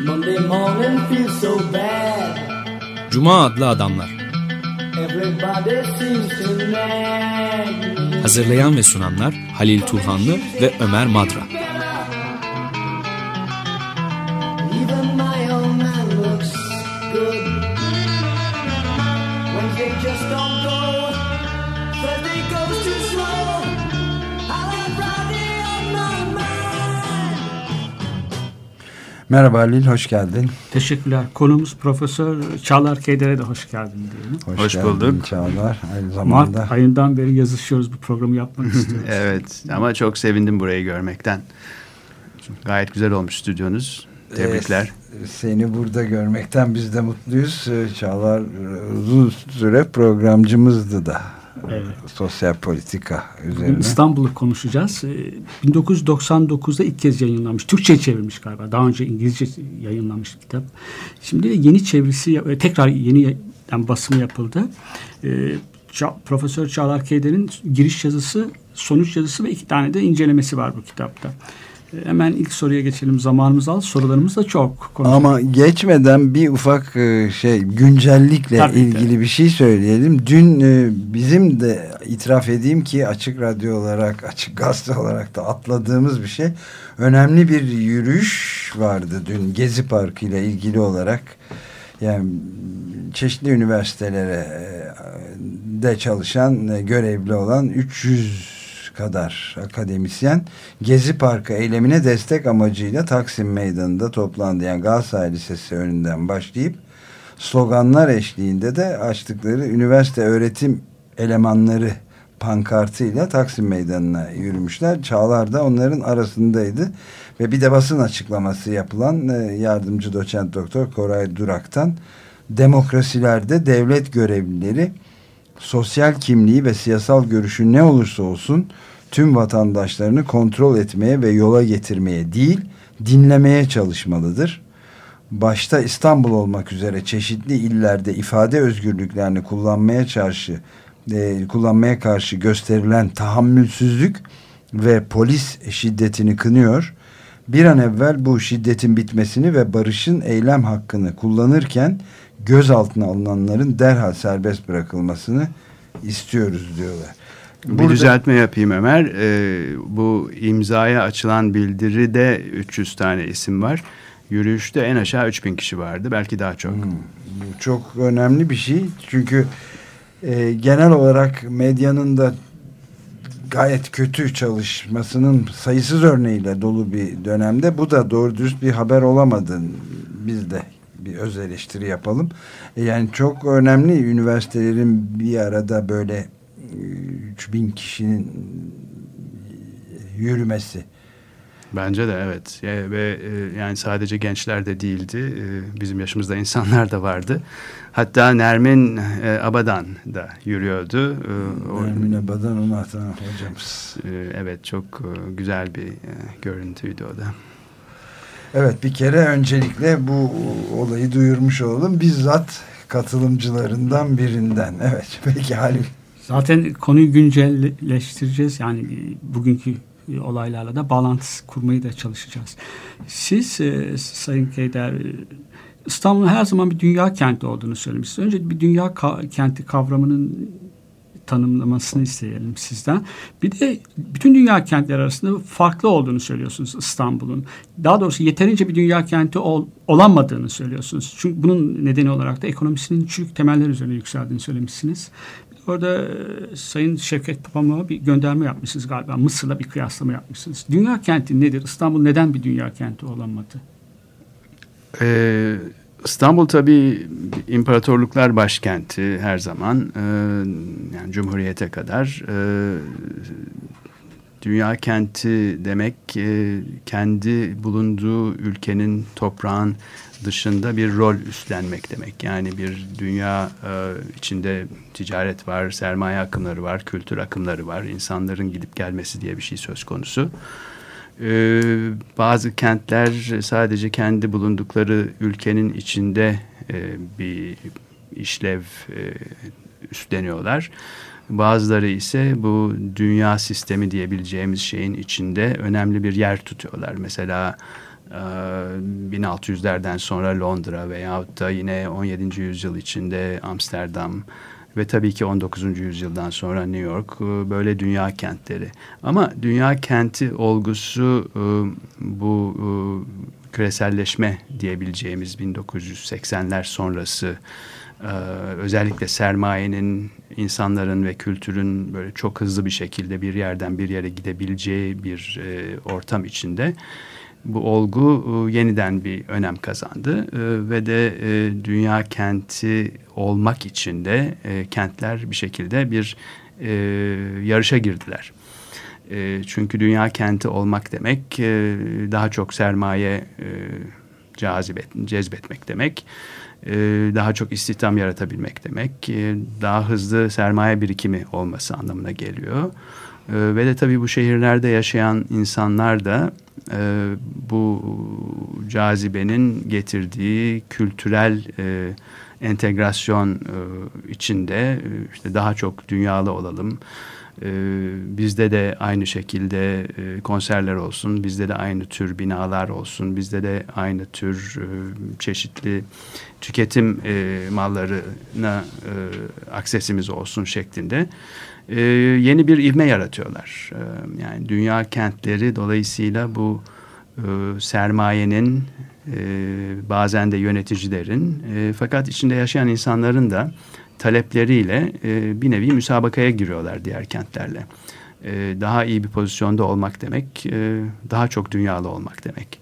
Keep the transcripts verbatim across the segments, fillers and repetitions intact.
Cuma adlı adamlar. Hazırlayan ve sunanlar Halil Turhanlı ve Ömer Madra. Merhaba Halil, hoş geldin. Teşekkürler. Konumuz Profesör Çağlar Keyder'e de hoş geldin diyelim. Hoş, hoş geldin bulduk. Çağlar. Aynı zamanda. Mart ayından beri yazışıyoruz, bu programı yapmak istiyoruz. Evet, ama çok sevindim burayı görmekten. Gayet güzel olmuş stüdyonuz. Tebrikler. Ee, seni burada görmekten biz de mutluyuz. Çağlar uzun süre programcımızdı da. Evet. Sosyal politika üzerine. Bugün İstanbul'u konuşacağız. bin dokuz yüz doksan dokuzda ilk kez yayınlanmış. Türkçe çevrilmiş galiba. Daha önce İngilizce yayınlanmış kitap. Şimdi de yeni çevirisi, tekrar yeni basımı yapıldı. Profesör Çağlar Keyder'in giriş yazısı, sonuç yazısı ve iki tane de incelemesi var bu kitapta. Hemen ilk soruya geçelim. Zamanımız az. Sorularımız da çok. Konuşalım. Ama geçmeden bir ufak şey güncellikle Tabii ilgili de. bir şey söyleyelim. Dün bizim de itiraf edeyim ki Açık Radyo olarak, Açık Gazete olarak da atladığımız bir şey. Önemli bir yürüyüş vardı dün Gezi Parkı ile ilgili olarak. Yani çeşitli üniversitelere de çalışan, görevli olan üç yüz kadar akademisyen Gezi Parkı eylemine destek amacıyla Taksim Meydanı'nda toplandı. Yani Galatasaray Lisesi önünden başlayıp sloganlar eşliğinde de açtıkları üniversite öğretim elemanları pankartıyla Taksim Meydanı'na yürümüşler. Çağlar da onların arasındaydı. Ve bir de basın açıklaması yapılan yardımcı doçent doktor Koray Durak'tan demokrasilerde devlet görevlileri sosyal kimliği ve siyasal görüşü ne olursa olsun tüm vatandaşlarını kontrol etmeye ve yola getirmeye değil, dinlemeye çalışmalıdır. Başta İstanbul olmak üzere çeşitli illerde ifade özgürlüklerini kullanmaya karşı e, kullanmaya karşı gösterilen tahammülsüzlük ve polis şiddetini kınıyor. Bir an evvel bu şiddetin bitmesini ve barışın eylem hakkını kullanırken gözaltına alınanların derhal serbest bırakılmasını istiyoruz diyorlar. Burada... Bir düzeltme yapayım Ömer. Ee, bu imzaya açılan bildiride üç yüz tane isim var. Yürüyüşte en aşağı üç bin kişi vardı. Belki daha çok. Hmm, bu çok önemli bir şey. Çünkü e, genel olarak medyanın da gayet kötü çalışmasının sayısız örneğiyle dolu bir dönemde bu da doğru dürüst bir haber olamadı. Biz de bir öz eleştiri yapalım. Yani çok önemli üniversitelerin bir arada böyle üç bin kişinin yürümesi. Bence de evet. Ve yani sadece gençler de değildi. Bizim yaşımızda insanlar da vardı. Hatta Nermin Abadan da yürüyordu. Nermin Abadan onu hatırlayan hocamız. Evet, çok güzel bir görüntüydü o da. Evet, bir kere öncelikle bu olayı duyurmuş olalım. Bizzat katılımcılarından birinden. Evet, peki Halil. Zaten konuyu güncelleştireceğiz. Yani bugünkü olaylarla da bağlantı kurmayı da çalışacağız. Siz e, Sayın Keyder, İstanbul'un her zaman bir dünya kenti olduğunu söylemişsiniz. Önce bir dünya ka- kenti kavramının tanımlamasını isteyelim sizden. Bir de bütün dünya kentleri arasında farklı olduğunu söylüyorsunuz İstanbul'un. Daha doğrusu yeterince bir dünya kenti ol, olamadığını söylüyorsunuz. Çünkü bunun nedeni olarak da ekonomisinin çürük temeller üzerine yükseldiğini söylemişsiniz. Orada Sayın Şevket Pamuk'a bir gönderme yapmışsınız galiba. Mısır'la bir kıyaslama yapmışsınız. Dünya kenti nedir? İstanbul neden bir dünya kenti olamadı? Ee, İstanbul tabii imparatorluklar başkenti her zaman. Ee, yani Cumhuriyete kadar. Ee, dünya kenti demek e, kendi bulunduğu ülkenin, toprağın dışında bir rol üstlenmek demek. Yani bir dünya e, içinde ticaret var, sermaye akımları var, kültür akımları var, insanların gidip gelmesi diye bir şey söz konusu. E, bazı kentler sadece kendi bulundukları ülkenin içinde e, bir işlev e, üstleniyorlar. Bazıları ise bu dünya sistemi diyebileceğimiz şeyin içinde önemli bir yer tutuyorlar. Mesela bin altı yüzlerden sonra Londra veyahut da yine on yedinci yüzyıl içinde Amsterdam ve tabii ki on dokuzuncu yüzyıldan sonra New York, böyle dünya kentleri. Ama dünya kenti olgusu bu küreselleşme diyebileceğimiz bin dokuz yüz seksenler sonrası, özellikle sermayenin, insanların ve kültürün böyle çok hızlı bir şekilde bir yerden bir yere gidebileceği bir ortam içinde bu olgu yeniden bir önem kazandı ve de dünya kenti olmak için de kentler bir şekilde bir yarışa girdiler. Çünkü dünya kenti olmak demek daha çok sermaye cazibet, cezbetmek demek, daha çok istihdam yaratabilmek demek, daha hızlı sermaye birikimi olması anlamına geliyor. Ve de tabii bu şehirlerde yaşayan insanlar da e, bu cazibenin getirdiği kültürel e, entegrasyon e, içinde e, işte daha çok dünyalı olalım. E, bizde de aynı şekilde e, konserler olsun, bizde de aynı tür binalar olsun, bizde de aynı tür e, çeşitli tüketim e, mallarına e, aksesimiz olsun şeklinde. Ee, yeni bir ivme yaratıyorlar. Ee, yani dünya kentleri dolayısıyla bu e, sermayenin, e, bazen de yöneticilerin, e, fakat içinde yaşayan insanların da talepleriyle e, bir nevi müsabakaya giriyorlar diğer kentlerle. E, daha iyi bir pozisyonda olmak demek, e, daha çok dünyalı olmak demek.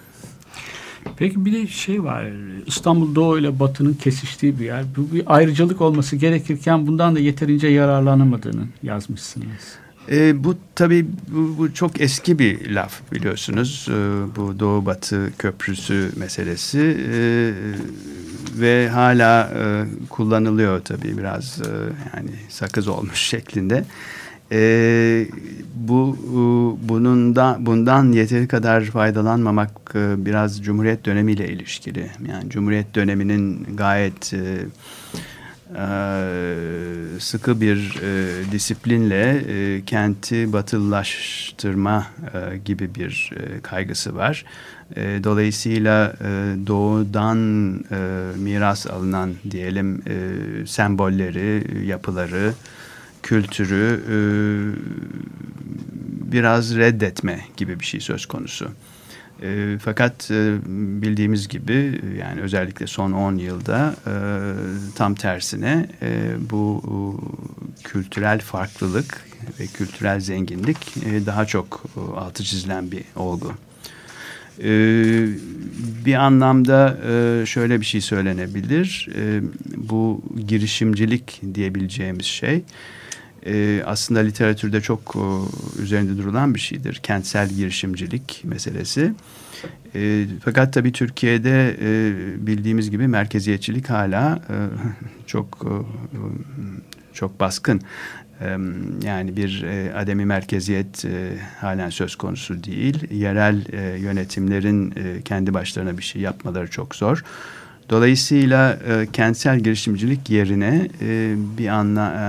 Peki bir de şey var, İstanbul Doğu ile Batı'nın kesiştiği bir yer. Bu bir ayrıcalık olması gerekirken bundan da yeterince yararlanamadığını yazmışsınız. E, bu tabii bu, bu çok eski bir laf biliyorsunuz. E, bu Doğu Batı Köprüsü meselesi e, ve hala e, kullanılıyor tabii biraz e, yani sakız olmuş şeklinde. Ee, bu bunun da bundan yeteri kadar faydalanmamak e, biraz Cumhuriyet dönemiyle ilişkili. Yani Cumhuriyet döneminin gayet e, e, sıkı bir e, disiplinle e, kenti batılılaştırma e, gibi bir e, kaygısı var. E, dolayısıyla e, doğudan e, miras alınan diyelim e, sembolleri, yapıları, kültürü e, biraz reddetme gibi bir şey söz konusu. E, fakat e, bildiğimiz gibi yani özellikle son on yılda e, tam tersine e, bu e, kültürel farklılık ve kültürel zenginlik e, daha çok e, altı çizilen bir olgu. E, bir anlamda e, şöyle bir şey söylenebilir. E, bu girişimcilik diyebileceğimiz şey Ee, aslında literatürde çok e, üzerinde durulan bir şeydir. Kentsel girişimcilik meselesi. E, fakat tabii Türkiye'de e, bildiğimiz gibi merkeziyetçilik hala e, çok e, çok baskın. E, yani bir e, ademi merkeziyet e, halen söz konusu değil. Yerel e, yönetimlerin e, kendi başlarına bir şey yapmaları çok zor. Dolayısıyla e, kentsel girişimcilik yerine e, bir anla e,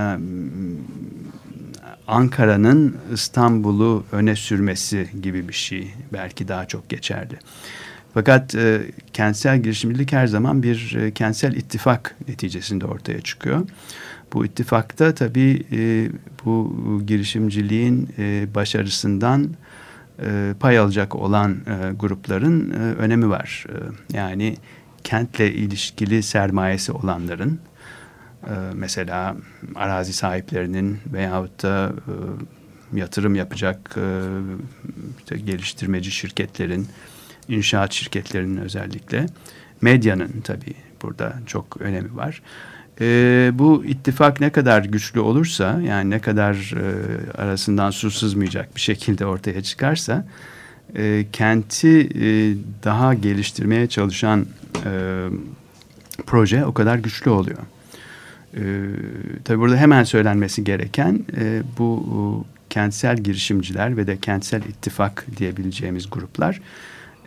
Ankara'nın İstanbul'u öne sürmesi gibi bir şey belki daha çok geçerli. Fakat e, kentsel girişimcilik her zaman bir e, kentsel ittifak neticesinde ortaya çıkıyor. Bu ittifakta tabii e, bu girişimciliğin e, başarısından e, pay alacak olan e, grupların e, önemi var. E, yani kentle ilişkili sermayesi olanların, e, mesela arazi sahiplerinin veyahut da e, yatırım yapacak e, işte geliştirmeci şirketlerin, inşaat şirketlerinin özellikle, medyanın tabii burada çok önemi var. E, bu ittifak ne kadar güçlü olursa, yani ne kadar e, arasından su sızmayacak bir şekilde ortaya çıkarsa, e, kenti e, daha geliştirmeye çalışan e, proje o kadar güçlü oluyor. E, tabii burada hemen söylenmesi gereken e, bu e, kentsel girişimciler ve de kentsel ittifak diyebileceğimiz gruplar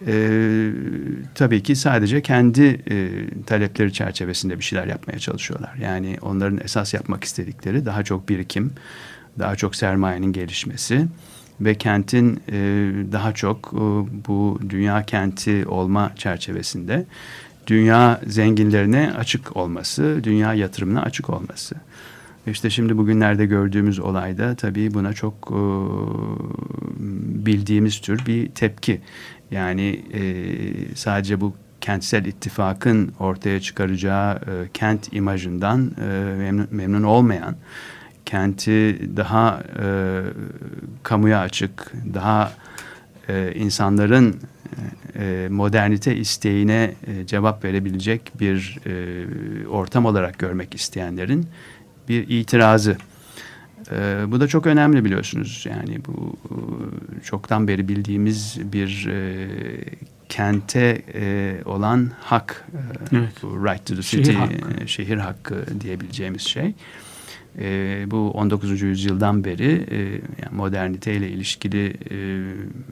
e, tabii ki sadece kendi e, talepleri çerçevesinde bir şeyler yapmaya çalışıyorlar. Yani onların esas yapmak istedikleri daha çok birikim, daha çok sermayenin gelişmesi ve kentin e, daha çok e, bu dünya kenti olma çerçevesinde dünya zenginlerine açık olması, dünya yatırımına açık olması. İşte şimdi bugünlerde gördüğümüz olayda tabii buna çok e, bildiğimiz tür bir tepki. Yani e, sadece bu kentsel ittifakın ortaya çıkaracağı e, kent imajından e, memnun, memnun olmayan, kenti daha e, kamuya açık, daha e, insanların e, modernite isteğine e, cevap verebilecek bir e, ortam olarak görmek isteyenlerin bir itirazı. E, bu da çok önemli biliyorsunuz. Yani bu e, çoktan beri bildiğimiz bir e, kente e, olan hak, e, evet. bu right to the city, şehir hakkı, e, şehir hakkı diyebileceğimiz şey. E, bu on dokuzuncu yüzyıldan beri e, yani moderniteyle ilişkili e,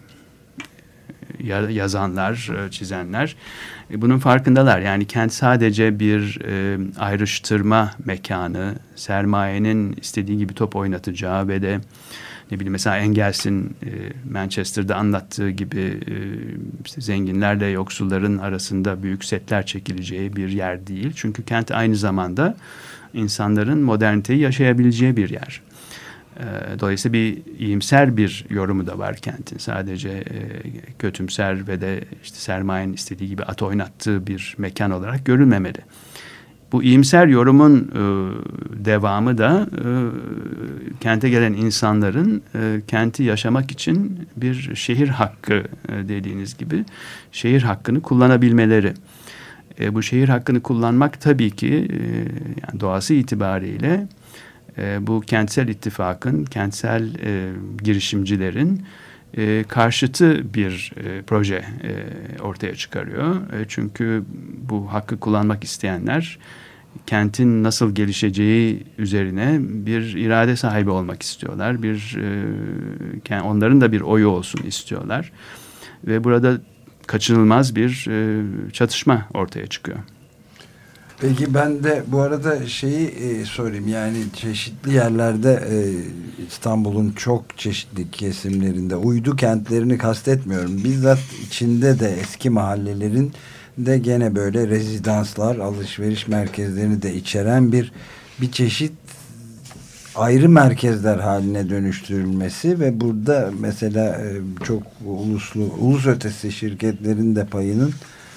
yazanlar, çizenler bunun farkındalar. Yani kent sadece bir e, ayrıştırma mekanı, sermayenin istediği gibi top oynatacağı ve de ne bileyim mesela Engels'in e, Manchester'da anlattığı gibi e, işte zenginlerle yoksulların arasında büyük setler çekileceği bir yer değil. Çünkü kent aynı zamanda insanların moderniteyi yaşayabileceği bir yer. Dolayısıyla bir iyimser bir yorumu da var kentin. Sadece e, kötümser ve de işte sermayenin istediği gibi at oynattığı bir mekan olarak görülmemeli. Bu iyimser yorumun e, devamı da e, kente gelen insanların e, kenti yaşamak için bir şehir hakkı e, dediğiniz gibi şehir hakkını kullanabilmeleri. E, bu şehir hakkını kullanmak tabii ki e, yani doğası itibariyle E, bu kentsel ittifakın, kentsel e, girişimcilerin e, karşıtı bir e, proje e, ortaya çıkarıyor. E, çünkü bu hakkı kullanmak isteyenler kentin nasıl gelişeceği üzerine bir irade sahibi olmak istiyorlar. Bir e, onların da bir oyu olsun istiyorlar. Ve burada kaçınılmaz bir e, çatışma ortaya çıkıyor. Peki ben de bu arada şeyi e, sorayım, yani çeşitli yerlerde e, İstanbul'un çok çeşitli kesimlerinde, uydu kentlerini kastetmiyorum, bizzat içinde de eski mahallelerin de gene böyle rezidanslar, alışveriş merkezlerini de içeren bir bir çeşit ayrı merkezler haline dönüştürülmesi ve burada mesela e, çok uluslu, ulus ötesi şirketlerin de payının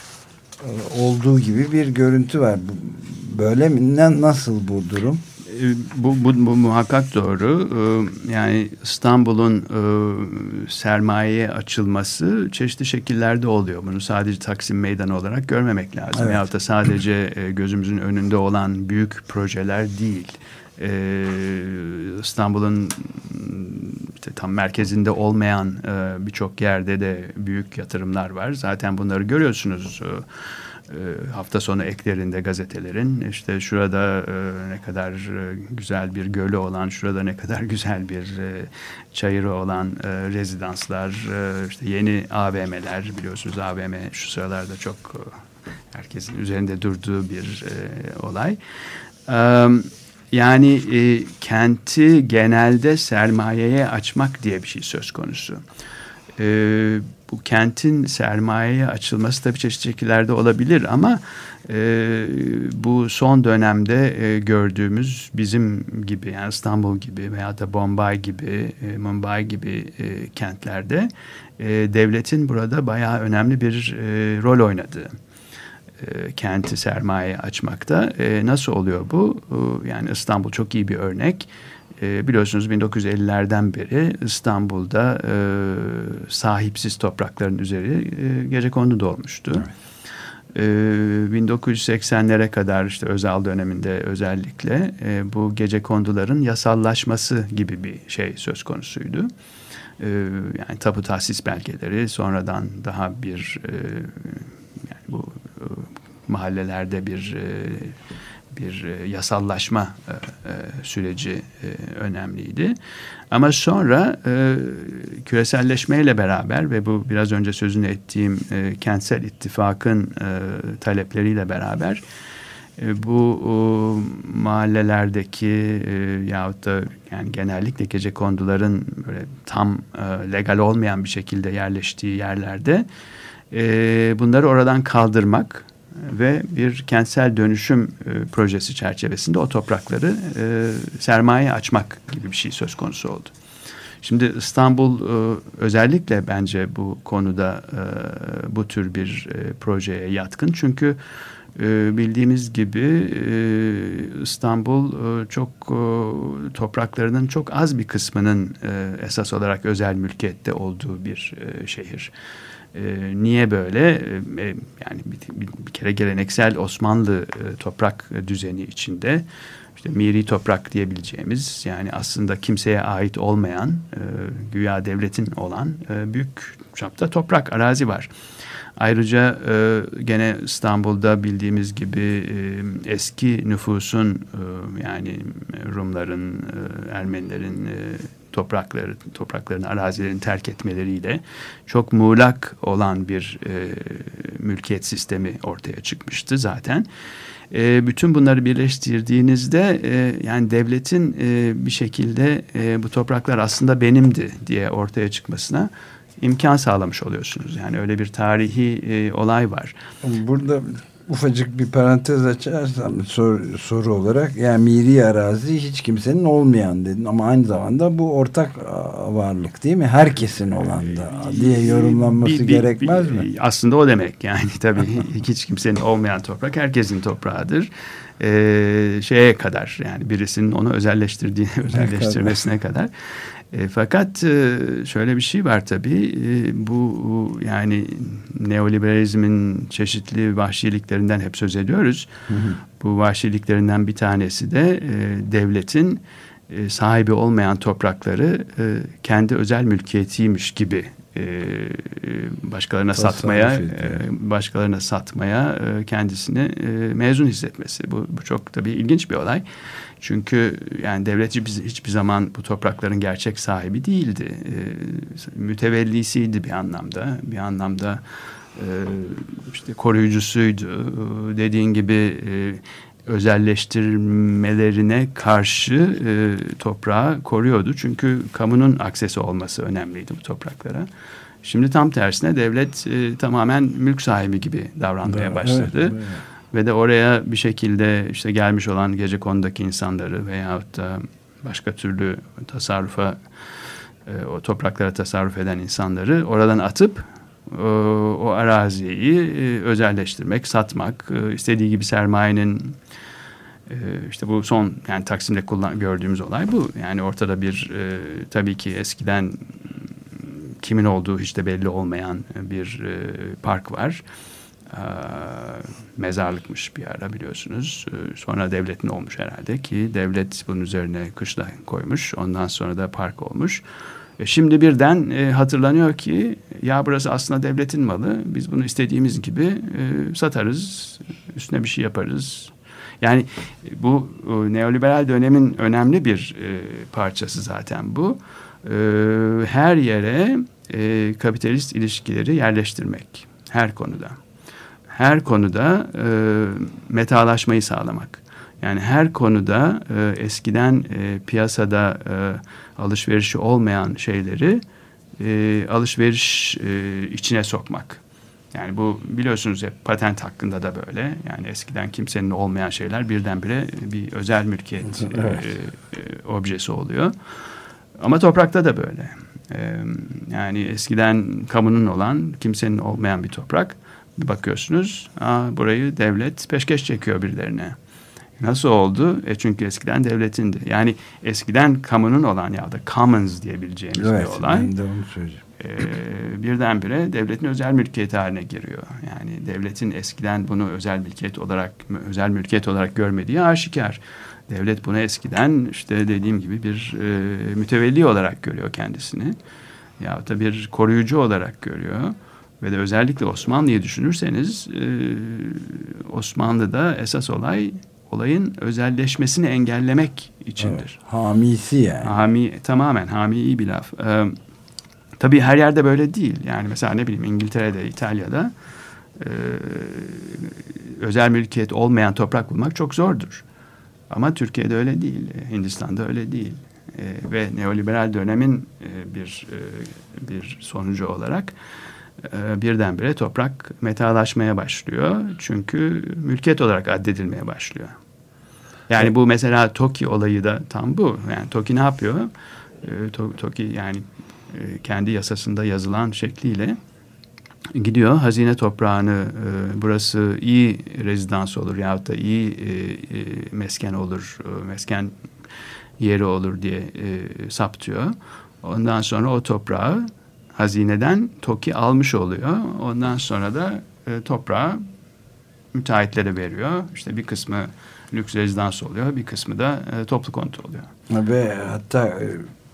olduğu gibi bir görüntü var. Böyle mi? Nasıl bu durum? Bu, bu, bu muhakkak doğru. Yani İstanbul'un sermayeye açılması çeşitli şekillerde oluyor. Bunu sadece Taksim Meydanı olarak görmemek lazım. Evet. Yahut da sadece gözümüzün önünde olan büyük projeler değil. İstanbul'un işte tam merkezinde olmayan birçok yerde de büyük yatırımlar var. Zaten bunları görüyorsunuz. Hafta sonu eklerinde gazetelerin, işte şurada ne kadar güzel bir gölü olan, şurada ne kadar güzel bir çayırı olan rezidanslar, işte yeni A V M'ler, biliyorsunuz A V M şu sıralarda çok herkesin üzerinde durduğu bir olay. Yani e, kenti genelde sermayeye açmak diye bir şey söz konusu. E, bu kentin sermayeye açılması tabii çeşitli şekillerde olabilir ama e, bu son dönemde e, gördüğümüz bizim gibi, yani İstanbul gibi veya da Bombay gibi, e, Mumbai gibi e, kentlerde e, devletin burada bayağı önemli bir e, rol oynadığı. Kenti sermaye açmakta. E, nasıl oluyor bu? E, yani İstanbul çok iyi bir örnek. E, biliyorsunuz bin dokuz yüz ellilerden beri İstanbul'da e, sahipsiz toprakların üzeri e, gecekondu doğmuştu. Evet. E, bin dokuz yüz seksenlere kadar işte Özal döneminde özellikle e, bu gecekonduların yasallaşması gibi bir şey söz konusuydu. E, yani tapu tahsis belgeleri sonradan daha bir e, yani bu mahallelerde bir e, bir e, yasallaşma e, e, süreci e, önemliydi. Ama sonra e, küreselleşmeyle beraber ve bu biraz önce sözünü ettiğim e, kentsel ittifakın e, talepleriyle beraber e, bu o, mahallelerdeki e, yahut da yani genellikle gecekonduların böyle tam e, legal olmayan bir şekilde yerleştiği yerlerde e, bunları oradan kaldırmak ve bir kentsel dönüşüm e, projesi çerçevesinde o toprakları e, sermaye açmak gibi bir şey söz konusu oldu. Şimdi İstanbul e, özellikle bence bu konuda e, bu tür bir e, projeye yatkın. Çünkü e, bildiğimiz gibi e, İstanbul e, çok e, topraklarının çok az bir kısmının e, esas olarak özel mülkiyette olduğu bir e, şehir. Ee, niye böyle? Ee, yani bir, bir, bir kere geleneksel Osmanlı e, toprak düzeni içinde işte miri toprak diyebileceğimiz yani aslında kimseye ait olmayan e, güya devletin olan e, büyük çapta toprak arazi var. Ayrıca e, gene İstanbul'da bildiğimiz gibi e, eski nüfusun e, yani Rumların, e, Ermenilerin e, toprakları, topraklarını, arazilerini terk etmeleriyle çok muğlak olan bir e, mülkiyet sistemi ortaya çıkmıştı zaten. E, bütün bunları birleştirdiğinizde e, yani devletin e, bir şekilde e, bu topraklar aslında benimdi diye ortaya çıkmasına imkan sağlamış oluyorsunuz. Yani öyle bir tarihi e, olay var. Burada ufacık bir parantez açarsam sor, soru olarak yani miri arazi hiç kimsenin olmayan dedin ama aynı zamanda bu ortak varlık değil mi? Herkesin olan da diye yorumlanması bir, bir, gerekmez bir, mi? Aslında o demek yani tabii hiç kimsenin olmayan toprak herkesin toprağıdır. Ee, şeye kadar yani birisinin onu özelleştirdiği özelleştirmesine kadar. E, fakat e, şöyle bir şey var tabii e, bu yani neoliberalizmin çeşitli vahşiliklerinden hep söz ediyoruz. Hı hı. Bu vahşiliklerinden bir tanesi de e, devletin e, sahibi olmayan toprakları e, kendi özel mülkiyetiymiş gibi e, başkalarına Tasarruf satmaya e, başkalarına satmaya e, kendisini e, mezun hissetmesi. Bu, bu çok tabii ilginç bir olay. Çünkü yani devlet hiçbir zaman bu toprakların gerçek sahibi değildi. E, mütevellisiydi bir anlamda. Bir anlamda e, işte koruyucusuydu. E, dediğin gibi e, özelleştirmelerine karşı e, toprağı koruyordu. Çünkü kamunun aksesi olması önemliydi bu topraklara. Şimdi tam tersine devlet e, tamamen mülk sahibi gibi davranmaya da, başladı. Evet, evet. Ve de oraya bir şekilde işte gelmiş olan gecekondaki insanları veyahut da başka türlü tasarrufa, e, o topraklara tasarruf eden insanları oradan atıp o, o araziyi e, özelleştirmek, satmak, e, istediği gibi sermayenin e, işte bu son yani Taksim'de kullan, gördüğümüz olay bu. Yani ortada bir e, tabii ki eskiden kimin olduğu hiç de belli olmayan bir e, park var. Mezarlıkmış bir ara biliyorsunuz. Sonra devletin olmuş herhalde ki devlet bunun üzerine kışla koymuş. Ondan sonra da park olmuş. Şimdi birden hatırlanıyor ki ya burası aslında devletin malı. Biz bunu istediğimiz gibi satarız. Üstüne bir şey yaparız. Yani bu neoliberal dönemin önemli bir parçası zaten bu. Her yere kapitalist ilişkileri yerleştirmek. Her konuda. Her konuda e, metalaşmayı sağlamak. Yani her konuda e, eskiden e, piyasada e, alışverişi olmayan şeyleri e, alışveriş e, içine sokmak. Yani bu biliyorsunuz hep patent hakkında da böyle. Yani eskiden kimsenin olmayan şeyler birdenbire bir özel mülkiyet evet. e, e, objesi oluyor. Ama toprakta da böyle. E, yani eskiden kamunun olan, kimsenin olmayan bir toprak. Bir bakıyorsunuz, aa, burayı devlet peşkeş çekiyor birilerine. Nasıl oldu? E çünkü eskiden devletindi. Yani eskiden kamunun olan ya da commons diyebileceğimiz evet, bir olay. Ben de onu söyleyeceğim. E, birdenbire devletin özel mülkiyeti haline giriyor. Yani devletin eskiden bunu özel mülkiyet olarak özel mülkiyet olarak görmediği aşikar. Devlet bunu eskiden işte dediğim gibi bir e, mütevelli olarak görüyor kendisini. Ya da bir koruyucu olarak görüyor. Ve de özellikle Osmanlı'yı düşünürseniz e, Osmanlı'da esas olay olayın özelleşmesini engellemek içindir. Evet, hamisi yani. Hami, tamamen hami iyi bir laf. Ee, tabii her yerde böyle değil. Yani mesela ne bileyim İngiltere'de, İtalya'da e, özel mülkiyet olmayan toprak bulmak çok zordur. Ama Türkiye'de öyle değil. Hindistan'da öyle değil. E, ve neoliberal dönemin e, bir e, bir sonucu olarak e, birdenbire toprak metalaşmaya başlıyor. Çünkü mülkiyet olarak addedilmeye başlıyor. Yani evet. Bu mesela TOKİ olayı da tam bu. Yani TOKİ ne yapıyor? E, TOKİ yani e, kendi yasasında yazılan şekliyle gidiyor hazine toprağını e, burası iyi rezidans olur yahut da iyi e, e, mesken olur, e, mesken yeri olur diye e, saptıyor. Ondan sonra o toprağı hazineden TOKİ almış oluyor. Ondan sonra da e, toprağı müteahhitlere veriyor. İşte bir kısmı lüks rezidans oluyor, bir kısmı da e, toplu konut oluyor. Ve hatta e,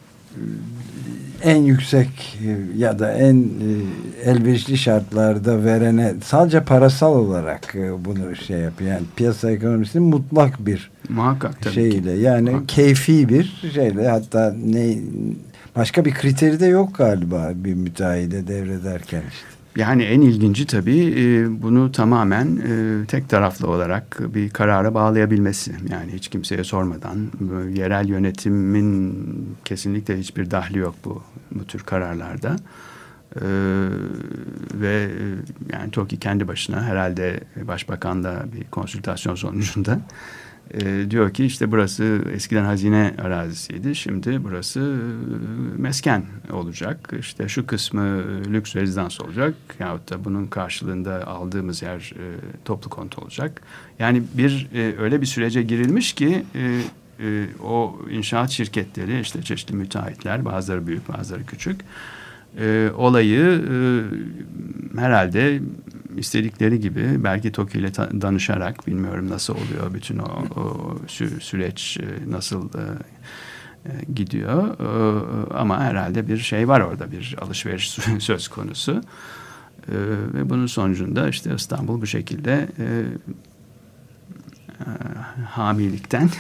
en yüksek ya da en elverişli şartlarda verene sadece parasal olarak bunu şey yapıyor. Yani piyasa ekonomisinin mutlak bir muhakkak tabii şeyle ki. yani Muhakkak. Keyfi bir şeyle hatta ne başka bir kriteri de yok galiba bir müteahhide devrederken işte. Yani en ilginci tabii e, bunu tamamen e, tek taraflı olarak bir karara bağlayabilmesi. Yani hiç kimseye sormadan yerel yönetimin kesinlikle hiçbir dahli yok bu bu tür kararlarda. E, ve e, yani TOKİ kendi başına herhalde başbakanla bir konsültasyon sonucunda E, diyor ki işte burası eskiden hazine arazisiydi. Şimdi burası e, mesken olacak. İşte şu kısmı e, lüks rezidans olacak. Yahut da bunun karşılığında aldığımız yer e, toplu konut olacak. Yani bir e, öyle bir sürece girilmiş ki e, e, o inşaat şirketleri işte çeşitli müteahhitler bazıları büyük bazıları küçük e, olayı e, herhalde istedikleri gibi belki TOKİ ile danışarak bilmiyorum nasıl oluyor bütün o, o sü- süreç nasıl e, e, gidiyor e, ama herhalde bir şey var orada bir alışveriş söz konusu e, ve bunun sonucunda işte İstanbul bu şekilde e, e, hamilikten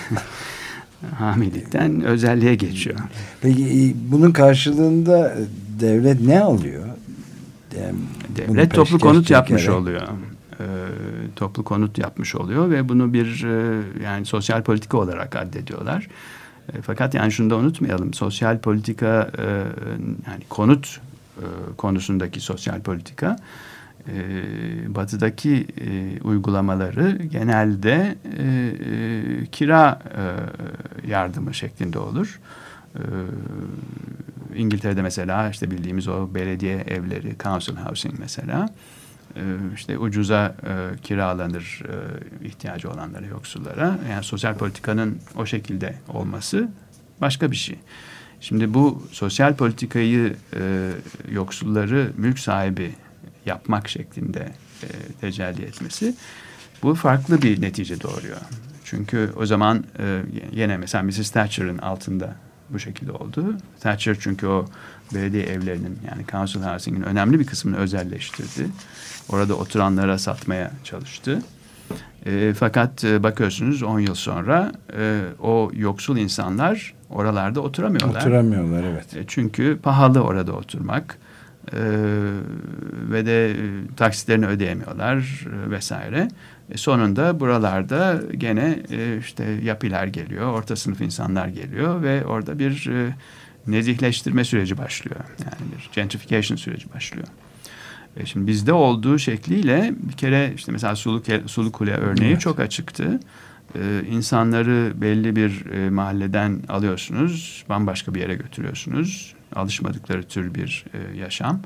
hamilikten özelliğe geçiyor. Peki bunun karşılığında devlet ne alıyor? Yani devlet toplu konut çekerek. yapmış oluyor. Ee, toplu konut yapmış oluyor ve bunu bir e, yani sosyal politika olarak addediyorlar. E, fakat yani şunu da unutmayalım. Sosyal politika e, yani konut e, konusundaki sosyal politika e, batıdaki e, uygulamaları genelde e, e, kira e, yardımı şeklinde olur. Ee, İngiltere'de mesela işte bildiğimiz o belediye evleri, council housing mesela e, işte ucuza e, kiralanır e, ihtiyacı olanlara, yoksullara. Yani sosyal politikanın o şekilde olması başka bir şey. Şimdi bu sosyal politikayı e, yoksulları mülk sahibi yapmak şeklinde e, tecelli etmesi bu farklı bir netice doğuruyor. Çünkü o zaman e, yine mesela missus Thatcher'ın altında bu şekilde oldu. Thatcher çünkü o belediye evlerinin yani council housing'in önemli bir kısmını özelleştirdi. Orada oturanlara satmaya çalıştı. E, fakat e, bakıyorsunuz on yıl sonra e, o yoksul insanlar oralarda oturamıyorlar. Oturamıyorlar evet. E, çünkü pahalı orada oturmak e, ve de e, taksitlerini ödeyemiyorlar e, vesaire. E, sonunda buralarda gene e, işte yapılar geliyor, orta sınıf insanlar geliyor ve orada bir e, nezihleştirme süreci başlıyor. Yani bir gentrification süreci başlıyor. E, şimdi bizde olduğu şekliyle bir kere işte mesela Sulu, Sulu Kule örneği evet. çok açıktı. E, insanları belli bir e, mahalleden alıyorsunuz, bambaşka bir yere götürüyorsunuz. Alışmadıkları tür bir e, yaşam.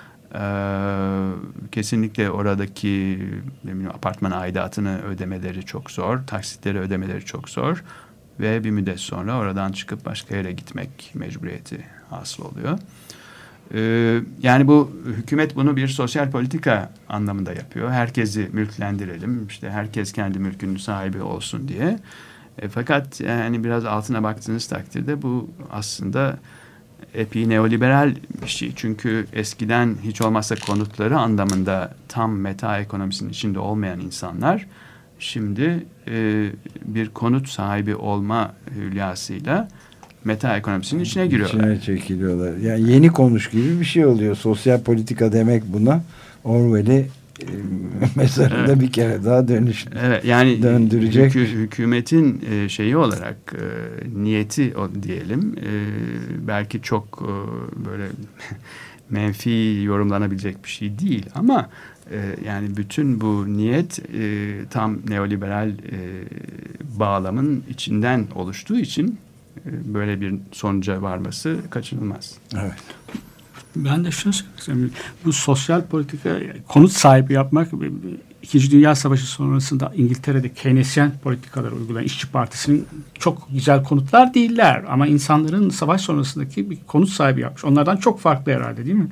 Ee, kesinlikle oradaki bileyim, apartman aidatını ödemeleri çok zor, taksitleri ödemeleri çok zor ve bir müddet sonra oradan çıkıp başka yere gitmek mecburiyeti hasıl oluyor. Ee, yani bu hükümet bunu bir sosyal politika anlamında yapıyor. Herkesi mülklendirelim, işte herkes kendi mülkünün sahibi olsun diye. E, fakat yani biraz altına baktığınız takdirde bu aslında epey neoliberal bir şey. Çünkü eskiden hiç olmazsa konutları anlamında tam meta ekonomisinin içinde olmayan insanlar şimdi e, bir konut sahibi olma hülyasıyla meta ekonomisinin içine giriyorlar. İçine çekiliyorlar. Yani yeni konuş gibi bir şey oluyor. Sosyal politika demek buna. Orwell'i e, mezarında evet. bir kere daha dönüş evet, yani döndürecek. Hükü, hükümetin e, şeyi olarak e, niyeti o diyelim. E, belki çok e, böyle menfi yorumlanabilecek bir şey değil ama e, yani bütün bu niyet e, tam neoliberal e, bağlamın içinden oluştuğu için e, böyle bir sonuca varması kaçınılmaz. Evet. Ben de şunu söyleyeyim. Bu sosyal politika, konut sahibi yapmak, İkinci Dünya Savaşı sonrasında İngiltere'de Keynesyen politikalar uygulayan İşçi Partisi'nin çok güzel konutlar değiller. Ama insanların savaş sonrasındaki bir konut sahibi yapmış. Onlardan çok farklı herhalde, değil mi?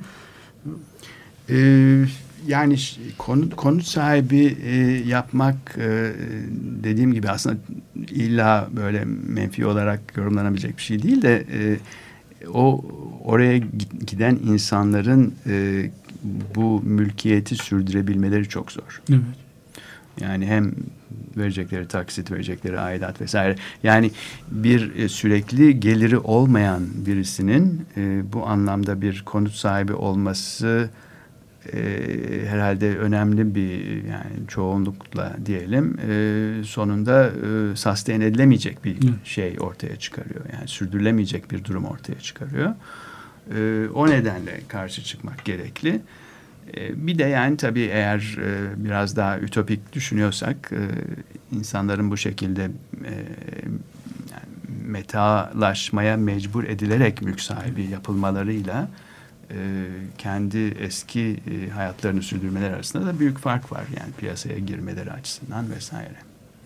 Ee, yani konut, konut sahibi e, yapmak e, dediğim gibi aslında illa böyle menfi olarak yorumlanabilecek bir şey değil de e, o oraya giden insanların e, bu mülkiyeti sürdürebilmeleri çok zor. Evet. Yani hem verecekleri taksit, verecekleri aidat vesaire. Yani bir e, sürekli geliri olmayan birisinin e, bu anlamda bir konut sahibi olması e, herhalde önemli bir, yani çoğunlukla diyelim e, sonunda e, sustain edilemeyecek bir Hı. şey ortaya çıkarıyor. Yani sürdürülemeyecek bir durum ortaya çıkarıyor. E, o nedenle karşı çıkmak gerekli. E, bir de yani tabii eğer e, biraz daha ütopik düşünüyorsak e, insanların bu şekilde e, yani metalaşmaya mecbur edilerek mülk sahibi yapılmalarıyla e, kendi eski e, hayatlarını sürdürmeler arasında da büyük fark var. Yani piyasaya girmeleri açısından vesaire.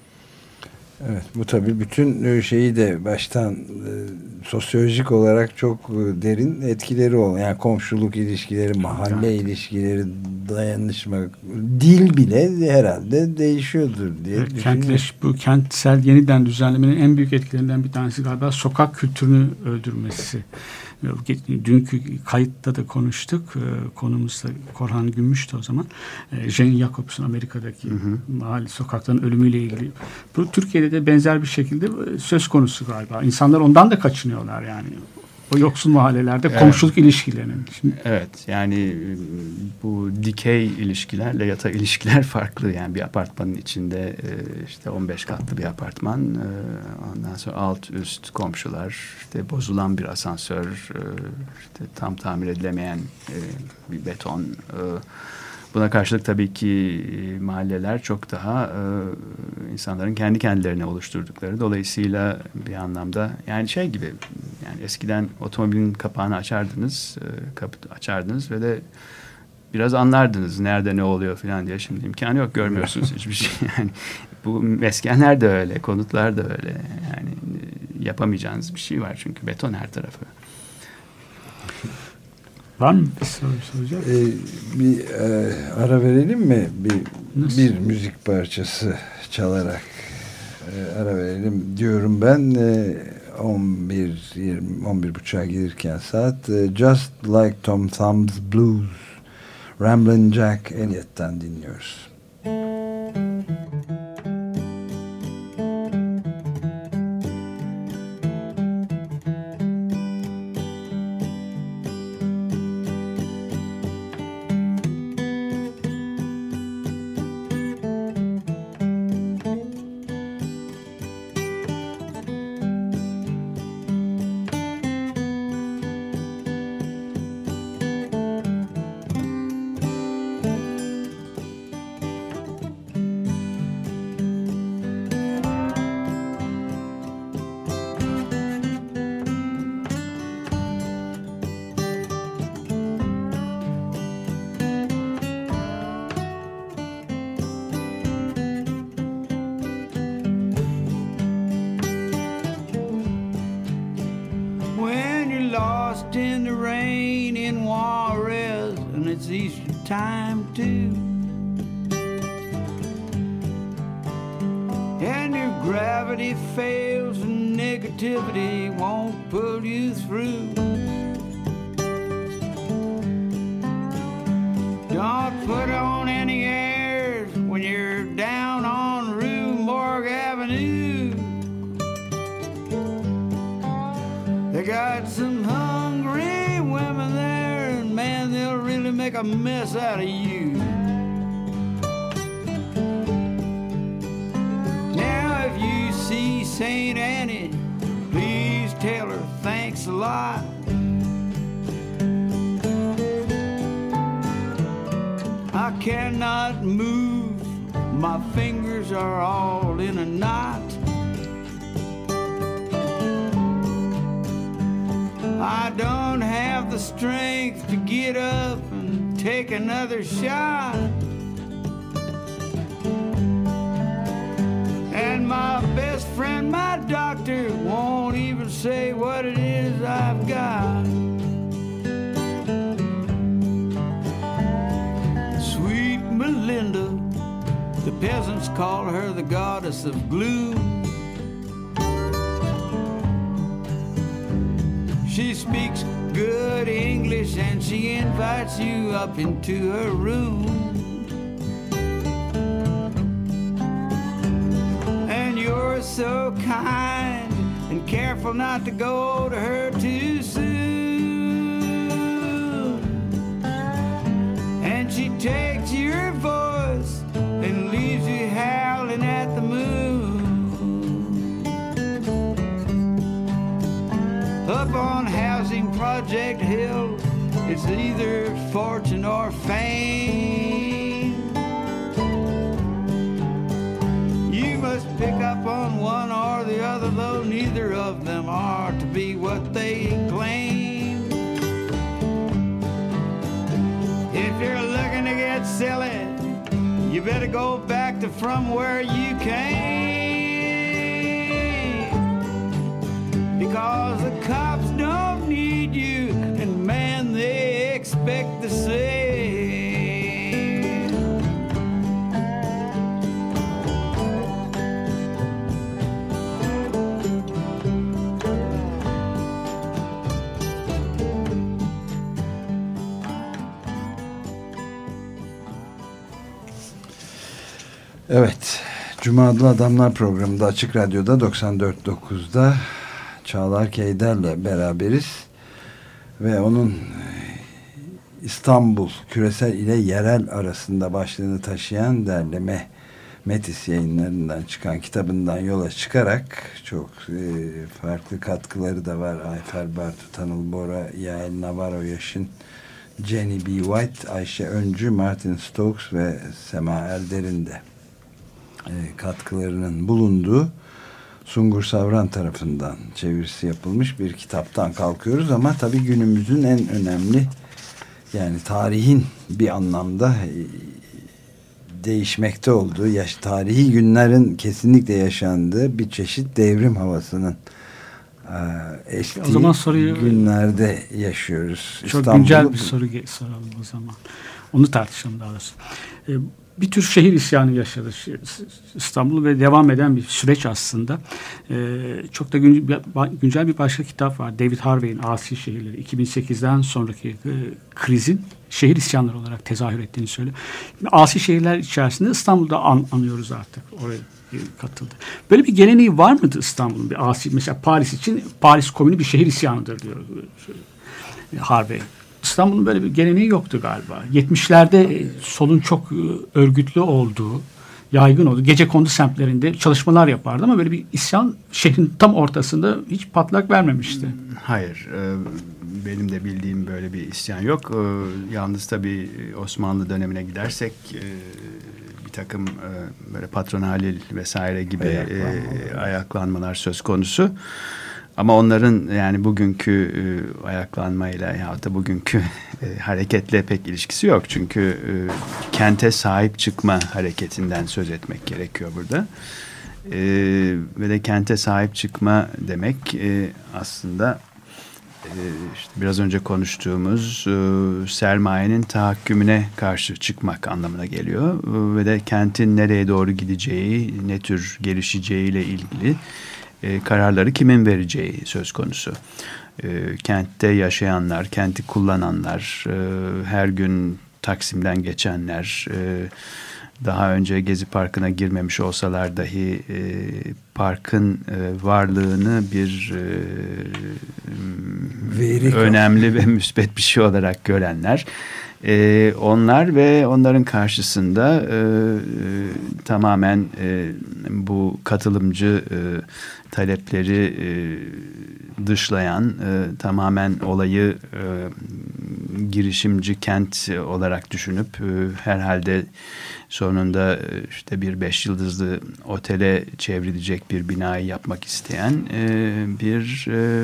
Evet, bu tabii bütün şeyi de baştan e, sosyolojik olarak çok e, derin etkileri olan, yani komşuluk ilişkileri, mahalle evet. ilişkileri, dayanışma, dil bile herhalde değişiyordur diye evet, düşünüyorum. Kentleş, bu kentsel yeniden düzenlemenin en büyük etkilerinden bir tanesi galiba sokak kültürünü öldürmesi. Dünkü kayıtta da konuştuk. Konumuz da Korhan Gümüş'tü o zaman. Jane Jacobs'un Amerika'daki hı hı. mahalle sokakların ölümüyle ilgili. Bu Türkiye'de de benzer bir şekilde söz konusu galiba. İnsanlar ondan da kaçınıyorlar yani. O yoksul mahallelerde evet. komşuluk ilişkilerinin. Şimdi... Evet, yani bu dikey ilişkilerle yatay ilişkiler farklı. Yani bir apartmanın içinde işte on beş katlı bir apartman, ondan sonra alt üst komşular, işte bozulan bir asansör, işte tam tamir edilemeyen bir beton. Buna karşılık tabii ki mahalleler çok daha e, insanların kendi kendilerine oluşturdukları. Dolayısıyla bir anlamda yani şey gibi, yani eskiden otomobilin kapağını açardınız, e, kapı açardınız ve de biraz anlardınız nerede ne oluyor falan diye. Şimdi imkanı yok, görmüyorsunuz hiçbir şey. Yani bu meskenler de öyle, konutlar da öyle. Yani yapamayacağınız bir şey var çünkü beton her tarafı. Var mı bir soru soracak? Ee, bir e, ara verelim mi? Bir, bir müzik parçası çalarak e, ara verelim diyorum ben. E, on bir yirmi on bir buçuğa gelirken saat e, Just Like Tom Thumb's Blues, Ramblin' Jack Elliott'tan dinliyoruz. In the rain in Juarez, and it's Easter time too, and your gravity fails and negativity won't pull you through. Don't put on any airs when you're down on route. got some hungry women there, and man, they'll really make a mess out of you. Now, if you see Saint Annie, please tell her thanks a lot. I cannot move, my fingers are all in a knot. I don't have the strength to get up and take another shot. And my best friend, my doctor, won't even say what it is I've got. Sweet Melinda, the peasants call her the goddess of gloom. She speaks good English and she invites you up into her room. And you're so kind and careful not to go to her too soon. And she takes your voice and leaves you howling at the moon. Up on Housing Project Hill, it's either fortune or fame. You must pick up on one or the other, though neither of them are to be what they claim. If you're looking to get silly, you better go back to from where you came. Because the cops don't need you, and man, they expect the same. Evet, Cuma Adlı Adamlar programında Açık Radyo'da doksan dört nokta dokuz'da Çağlar Keyder'le beraberiz ve onun İstanbul küresel ile yerel arasında başlığını taşıyan derleme Metis yayınlarından çıkan kitabından yola çıkarak çok e, farklı katkıları da var. Ayfer Bartu, Tanıl Bora, Yael Navarro Yaşın, Jenny B. White, Ayşe Öncü, Martin Stokes ve Sema Erder'in de e, katkılarının bulunduğu Sungur Savran tarafından çevirisi yapılmış bir kitaptan kalkıyoruz ama tabii günümüzün en önemli, yani tarihin bir anlamda değişmekte olduğu, yaş, tarihi günlerin kesinlikle yaşandığı bir çeşit devrim havasının e, estiği o zaman soruyu, günlerde yaşıyoruz. Çok İstanbul'u, güncel bir soru soralım o zaman. Onu tartışalım daha doğrusu. E, bir tür şehir isyanı yaşadı İstanbul ve devam eden bir süreç aslında. Ee, çok da güncel bir başka kitap var. David Harvey'in Asi Şehirleri. iki bin sekiz'den sonraki e, krizin şehir isyanları olarak tezahür ettiğini söylüyor. Asi şehirler içerisinde İstanbul'da an, anıyoruz artık. Oraya katıldı. Böyle bir geleneği var mıydı İstanbul'un? Bir asi, mesela Paris için Paris Komünü bir şehir isyanıdır diyor Harvey. İstanbul'un böyle bir geleneği yoktu galiba. yetmişlerde solun çok örgütlü olduğu, yaygın olduğu, gecekondu semtlerinde çalışmalar yapardı ama böyle bir isyan şehrin tam ortasında hiç patlak vermemişti. Hayır. Benim de bildiğim böyle bir isyan yok. Yalnız tabii Osmanlı dönemine gidersek bir takım böyle Patron Halil vesaire gibi ayaklanmalar, ayaklanmalar söz konusu. Ama onların yani bugünkü e, ayaklanmayla ya da bugünkü e, hareketle pek ilişkisi yok. Çünkü e, kente sahip çıkma hareketinden söz etmek gerekiyor burada. E, ve de kente sahip çıkma demek e, aslında e, işte biraz önce konuştuğumuz e, sermayenin tahakkümüne karşı çıkmak anlamına geliyor. E, ve de kentin nereye doğru gideceği, ne tür gelişeceğiyle ilgili E, kararları kimin vereceği söz konusu. E, kentte yaşayanlar, kenti kullananlar, e, her gün Taksim'den geçenler, e, daha önce Gezi Parkı'na girmemiş olsalar dahi e, parkın e, varlığını bir e, önemli ve müspet bir şey olarak görenler. E, onlar ve onların karşısında e, e, tamamen e, bu katılımcı e, talepleri e, dışlayan, e, tamamen olayı e, girişimci kent olarak düşünüp e, herhalde sonunda işte bir beş yıldızlı otele çevrilecek bir binayı yapmak isteyen e, bir e,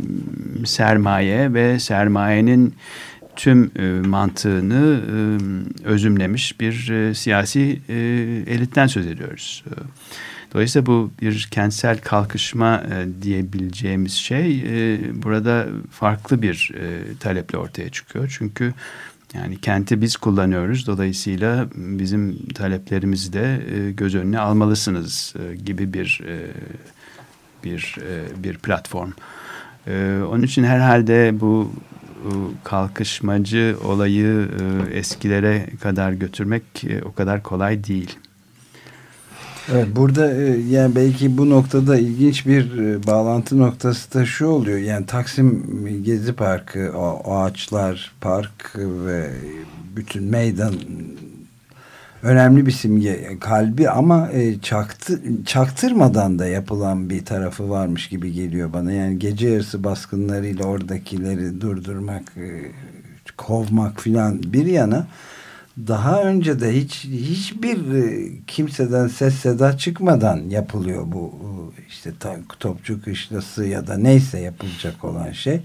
sermaye ve sermayenin tüm e, mantığını e, özümlemiş bir e, siyasi e, elitten söz ediyoruz. Dolayısıyla bu bir kentsel kalkışma e, diyebileceğimiz şey e, burada farklı bir e, taleple ortaya çıkıyor. Çünkü yani kenti biz kullanıyoruz. Dolayısıyla bizim taleplerimizi de e, göz önüne almalısınız e, gibi bir e, bir e, bir platform. E, onun için herhalde bu e, kalkışmacı olayı e, eskilere kadar götürmek e, o kadar kolay değil. Evet, burada yani belki bu noktada ilginç bir bağlantı noktası da şu oluyor. Yani Taksim Gezi Parkı, o ağaçlar, park ve bütün meydan önemli bir simge, kalbi ama çaktı, çaktırmadan da yapılan bir tarafı varmış gibi geliyor bana. Yani gece yarısı baskınlarıyla oradakileri durdurmak, kovmak filan bir yana, daha önce de hiç hiçbir kimseden ses seda çıkmadan yapılıyor bu işte Topçu Kışlası ya da neyse yapılacak olan şey.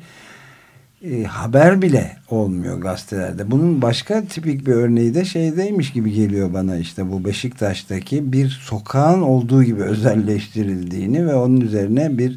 E, haber bile olmuyor gazetelerde. Bunun başka tipik bir örneği de şeydeymiş gibi geliyor bana, işte bu Beşiktaş'taki bir sokağın olduğu gibi özelleştirildiğini ve onun üzerine bir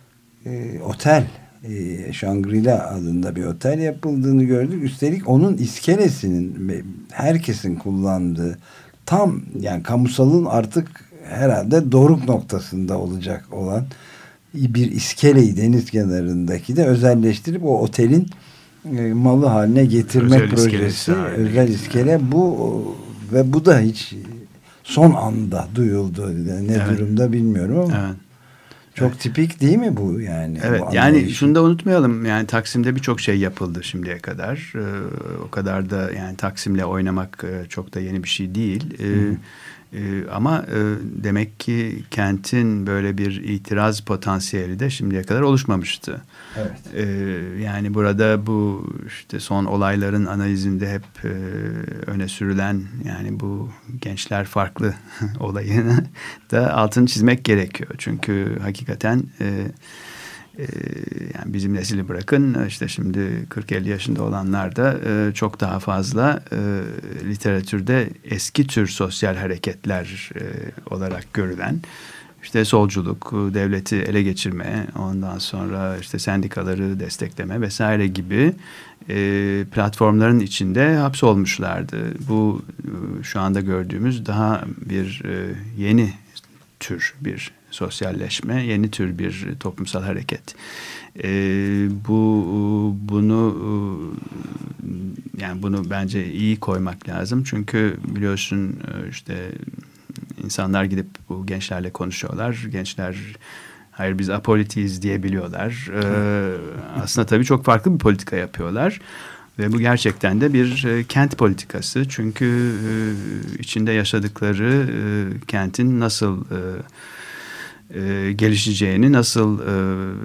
e, otel, E, Shangri-La adında bir otel yapıldığını gördük. Üstelik onun iskelesinin herkesin kullandığı, tam yani kamusalın artık herhalde doruk noktasında olacak olan bir iskeleyi deniz kenarındaki de özelleştirip o otelin e, malı haline getirme özel projesi, özel iskele bu ve bu da hiç son anda duyuldu. Ne evet. durumda bilmiyorum ama. Evet. Çok evet. tipik değil mi bu yani? Evet, bu yani şunu da unutmayalım. Yani Taksim'de birçok şey yapıldı şimdiye kadar. Ee, o kadar da yani Taksim'le oynamak e, çok da yeni bir şey değil. Ee, e, ama e, demek ki kentin böyle bir itiraz potansiyeli de şimdiye kadar oluşmamıştı. Evet. Ee, yani burada bu işte son olayların analizinde hep e, öne sürülen yani bu gençler farklı olayını da altını çizmek gerekiyor. Çünkü hakikaten e, e, yani bizim nesili bırakın işte şimdi kırk elli yaşında olanlar da e, çok daha fazla e, literatürde eski tür sosyal hareketler e, olarak görülen, İşte solculuk, devleti ele geçirme, ondan sonra işte sendikaları destekleme vesaire gibi e, platformların içinde hapsolmuşlardı. Bu e, şu anda gördüğümüz daha bir e, yeni tür bir sosyalleşme, yeni tür bir toplumsal hareket. E, bu bunu yani bunu bence iyi koymak lazım. Çünkü biliyorsun işte İnsanlar gidip bu gençlerle konuşuyorlar. Gençler hayır biz apolitiyiz diyebiliyorlar. Ee, aslında tabii çok farklı bir politika yapıyorlar. Ve bu gerçekten de bir e, kent politikası. Çünkü e, içinde yaşadıkları e, kentin nasıl e, e, gelişeceğini, nasıl e,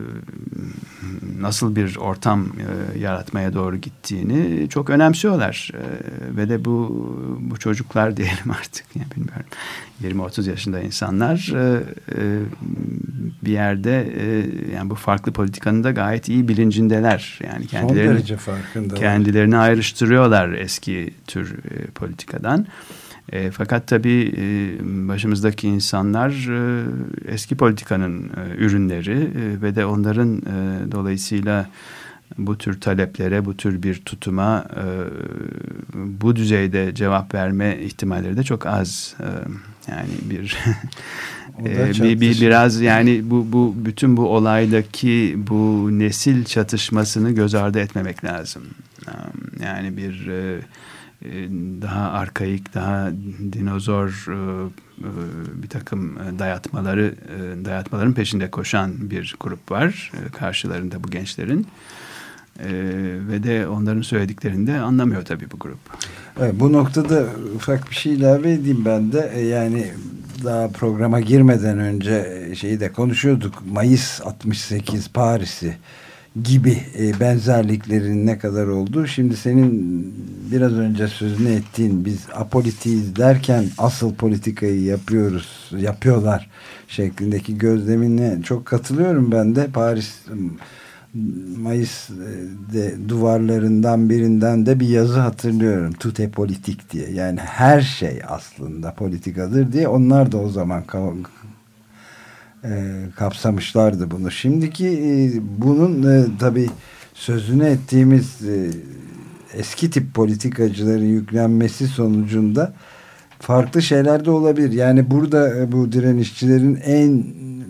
nasıl bir ortam e, yaratmaya doğru gittiğini çok önemsiyorlar. E, ve de bu bu çocuklar diyelim artık, yani bilmiyorum, yirmi otuz yaşında insanlar e, e, bir yerde e, yani bu farklı politikanın da gayet iyi bilincindeler. Yani kendilerini kendilerini ayrıştırıyorlar eski tür e, politikadan. E, fakat tabii e, başımızdaki insanlar e, eski politikanın e, ürünleri e, ve de onların e, dolayısıyla bu tür taleplere, bu tür bir tutuma e, bu düzeyde cevap verme ihtimalleri de çok az. E, yani bir, e, bir, bir biraz yani bu bu bütün bu olaydaki bu nesil çatışmasını göz ardı etmemek lazım. E, yani bir e, daha arkaik, daha dinozor bir takım dayatmaları dayatmaların peşinde koşan bir grup var karşılarında bu gençlerin. Ve de onların söylediklerini de anlamıyor tabii bu grup. Evet, bu noktada ufak bir şey ilave edeyim ben de. Yani daha programa girmeden önce şeyi de konuşuyorduk. Mayıs altmış sekiz Paris'i gibi benzerliklerin ne kadar olduğu. Şimdi senin biraz önce sözünü ettiğin, biz apolitiyiz derken asıl politikayı yapıyoruz, yapıyorlar şeklindeki gözlemine çok katılıyorum ben de. Paris Mayıs de duvarlarından birinden de bir yazı hatırlıyorum. Tout est politik diye. Yani her şey aslında politikadır diye. Onlar da o zaman e, kapsamışlardı bunu. Şimdiki e, bunun e, tabii sözünü ettiğimiz e, eski tip politikacıların yüklenmesi sonucunda farklı şeyler de olabilir. Yani burada e, bu direnişçilerin en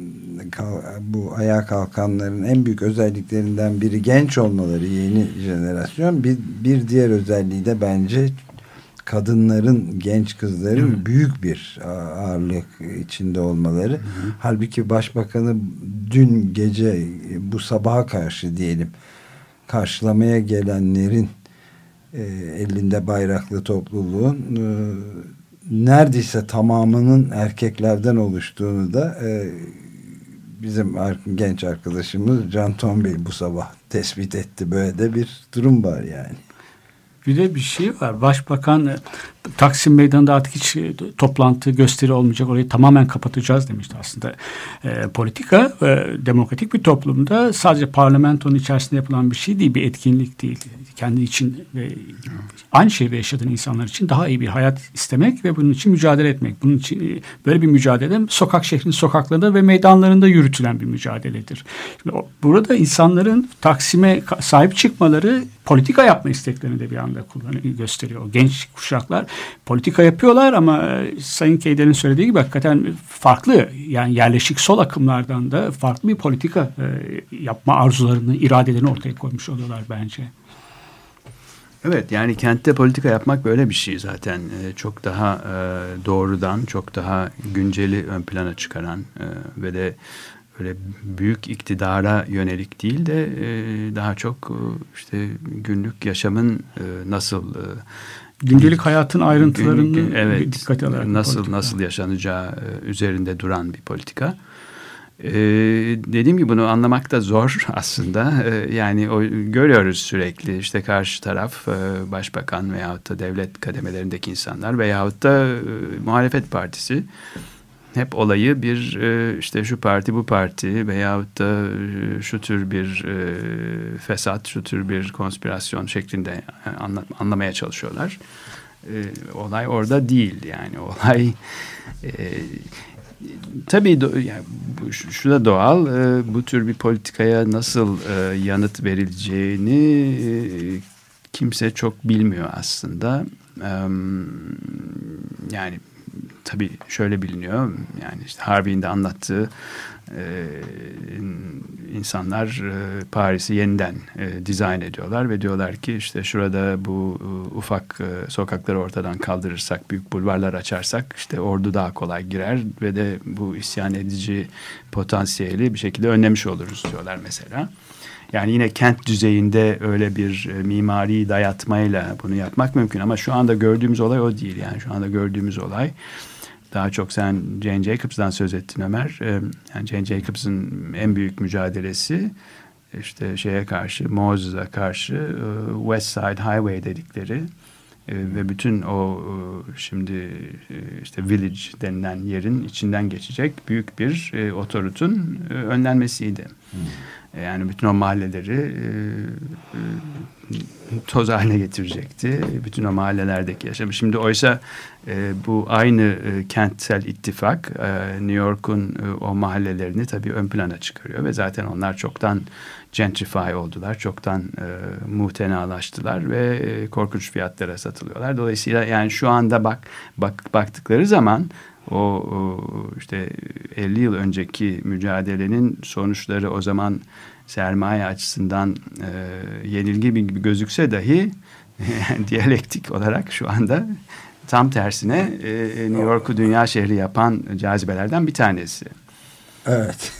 bu ayağa kalkanların en büyük özelliklerinden biri genç olmaları, yeni jenerasyon. Bir, bir diğer özelliği de bence kadınların, genç kızların Hı. büyük bir ağırlık içinde olmaları. Hı. Halbuki başbakanı dün gece, bu sabaha karşı diyelim, karşılamaya gelenlerin e, elinde bayraklı topluluğun e, neredeyse tamamının erkeklerden oluştuğunu da e, bizim genç arkadaşımız Can Tombey bu sabah tespit etti. Böyle de bir durum var yani. Bir de bir şey var. Başbakan Taksim Meydanı'nda artık hiç toplantı, gösteri olmayacak. Orayı tamamen kapatacağız demişti aslında. E, politika e, demokratik bir toplumda sadece parlamentonun içerisinde yapılan bir şey değil, bir etkinlik değil. Kendi için ve aynı şehirde yaşadığın insanlar için daha iyi bir hayat istemek ve bunun için mücadele etmek. Bunun için böyle bir mücadele sokak şehrin sokaklarında ve meydanlarında yürütülen bir mücadeledir. Şimdi burada insanların Taksim'e sahip çıkmaları politika yapma isteklerini de bir anda kullanıyor, gösteriyor. Genç kuşaklar politika yapıyorlar ama Sayın Keyder'in söylediği gibi hakikaten farklı, yani yerleşik sol akımlardan da farklı bir politika yapma arzularını, iradelerini ortaya koymuş oluyorlar bence. Evet, yani kentte politika yapmak böyle bir şey zaten. Ee, çok daha e, doğrudan, çok daha günceli ön plana çıkaran e, ve de öyle büyük iktidara yönelik değil de e, daha çok e, işte günlük yaşamın e, nasıl e, gündelik hayatın ayrıntılarını günlük, evet, dikkate alarak nasıl politika. nasıl yaşanacağı e, üzerinde duran bir politika. Ee, dediğim gibi bunu anlamak da zor aslında. Ee, yani o, görüyoruz sürekli işte karşı taraf e, başbakan veyahut da devlet kademelerindeki insanlar veyahut da e, muhalefet partisi hep olayı bir e, işte şu parti bu parti veyahut da e, şu tür bir e, fesat, şu tür bir konspirasyon şeklinde anla, anlamaya çalışıyorlar. E, olay orada değil yani olay e, tabii do, yani bu, şu da doğal. E, bu tür bir politikaya nasıl e, yanıt verileceğini e, kimse çok bilmiyor aslında. E, yani tabii şöyle biliniyor. Yani işte Harvey'in de anlattığı e, insanlar e, Paris'i yeniden e, dizayn ediyorlar ve diyorlar ki işte şurada bu e, ufak e, sokakları ortadan kaldırırsak, büyük bulvarlar açarsak işte ordu daha kolay girer ve de bu isyan edici potansiyeli bir şekilde önlemiş oluruz diyorlar mesela. Yani yine kent düzeyinde öyle bir e, mimari dayatmayla bunu yapmak mümkün ama şu anda gördüğümüz olay o değil. Yani şu anda gördüğümüz olay daha çok sen Jane Jacobs'dan söz ettin Ömer. E, yani Jane Jacobs'ın en büyük mücadelesi işte şeye karşı, Moses'a karşı e, West Side Highway dedikleri e, ve bütün o e, şimdi e, işte Village denilen yerin içinden geçecek büyük bir e, otorutun e, önlenmesiydi. Hmm. Yani bütün o mahalleleri e, e, toz haline getirecekti. Bütün o mahallelerdeki yaşamı. Şimdi oysa e, bu aynı e, kentsel ittifak e, New York'un e, o mahallelerini tabii ön plana çıkarıyor ve zaten onlar çoktan gentrify oldular. Çoktan e, muhtenalaştılar ve e, korkunç fiyatlara satılıyorlar. Dolayısıyla yani şu anda bak, bak baktıkları zaman o, o işte elli yıl önceki mücadelenin sonuçları o zaman sermaye açısından e, yenilgi gibi gözükse dahi diyalektik olarak şu anda tam tersine e, New York'u dünya şehri yapan cazibelerden bir tanesi. Evet.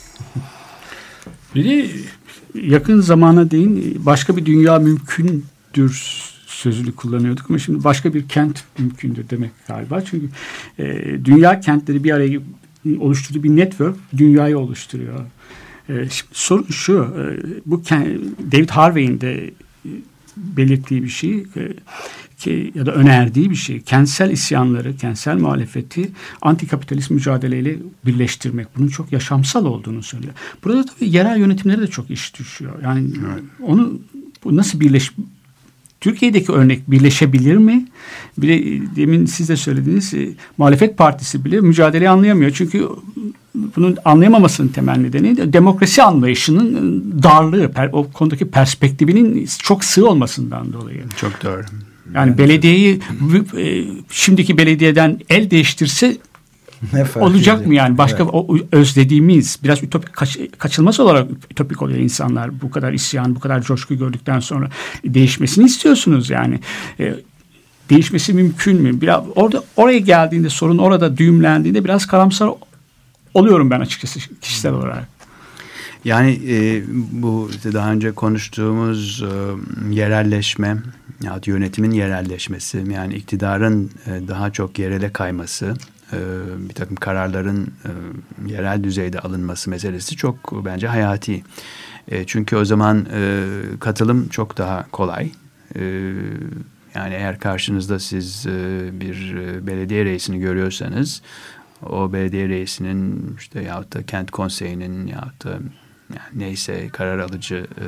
Bir de yakın zamana değin başka bir dünya mümkündür sözünü kullanıyorduk ama şimdi başka bir kent mümkündür demek galiba. Çünkü e, dünya kentleri bir araya oluşturduğu bir network dünyayı oluşturuyor. E, şimdi sorun şu, e, bu David Harvey'in de belirttiği bir şey e, ki, ya da önerdiği bir şey. Kentsel isyanları, kentsel muhalefeti antikapitalist mücadeleyle birleştirmek. Bunun çok yaşamsal olduğunu söylüyor. Burada tabii yerel yönetimlere de çok iş düşüyor. Yani evet. onu bu nasıl birleş Türkiye'deki örnek birleşebilir mi? Bir de demin siz de söylediğiniz e, muhalefet partisi bile mücadeleyi anlayamıyor. Çünkü bunun anlayamamasının temel nedeni de demokrasi anlayışının darlığı, per, o konudaki perspektifinin çok sığ olmasından dolayı. Çok doğru. Yani evet. belediyeyi e, şimdiki belediyeden el değiştirse olacak edecek? mı yani? Başka evet. o özlediğimiz biraz ütopik kaç, kaçılmaz olarak ütopik oluyor insanlar. Bu kadar isyan, bu kadar coşku gördükten sonra değişmesini istiyorsunuz yani. E, değişmesi mümkün mü? Biraz orada oraya geldiğinde sorun orada düğümlendiğinde biraz karamsar oluyorum ben açıkçası kişisel olarak. Yani e, bu işte daha önce konuştuğumuz e, yerelleşme, ya yönetimin yerelleşmesi, yani iktidarın e, daha çok yerele kayması, e, bir takım kararların e, yerel düzeyde alınması meselesi çok bence hayati. E, çünkü o zaman e, katılım çok daha kolay. E, yani eğer karşınızda siz e, bir e, belediye reisini görüyorsanız, o belediye reisinin işte yahut da kent konseyinin yahut da yani neyse karar alıcı e,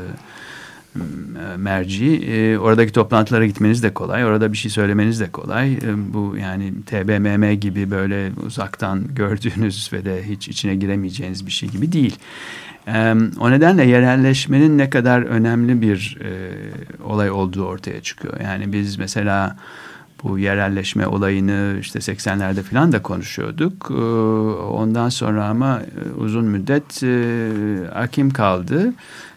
merci e, oradaki toplantılara gitmeniz de kolay, orada bir şey söylemeniz de kolay. E, bu yani T B M M gibi böyle uzaktan gördüğünüz ve de hiç içine giremeyeceğiniz bir şey gibi değil. E, o nedenle yerelleşmenin ne kadar önemli bir e, olay olduğu ortaya çıkıyor. Yani biz mesela bu yerelleşme olayını işte seksenlerde falan da konuşuyorduk. Ondan sonra ama uzun müddet hakim kaldı.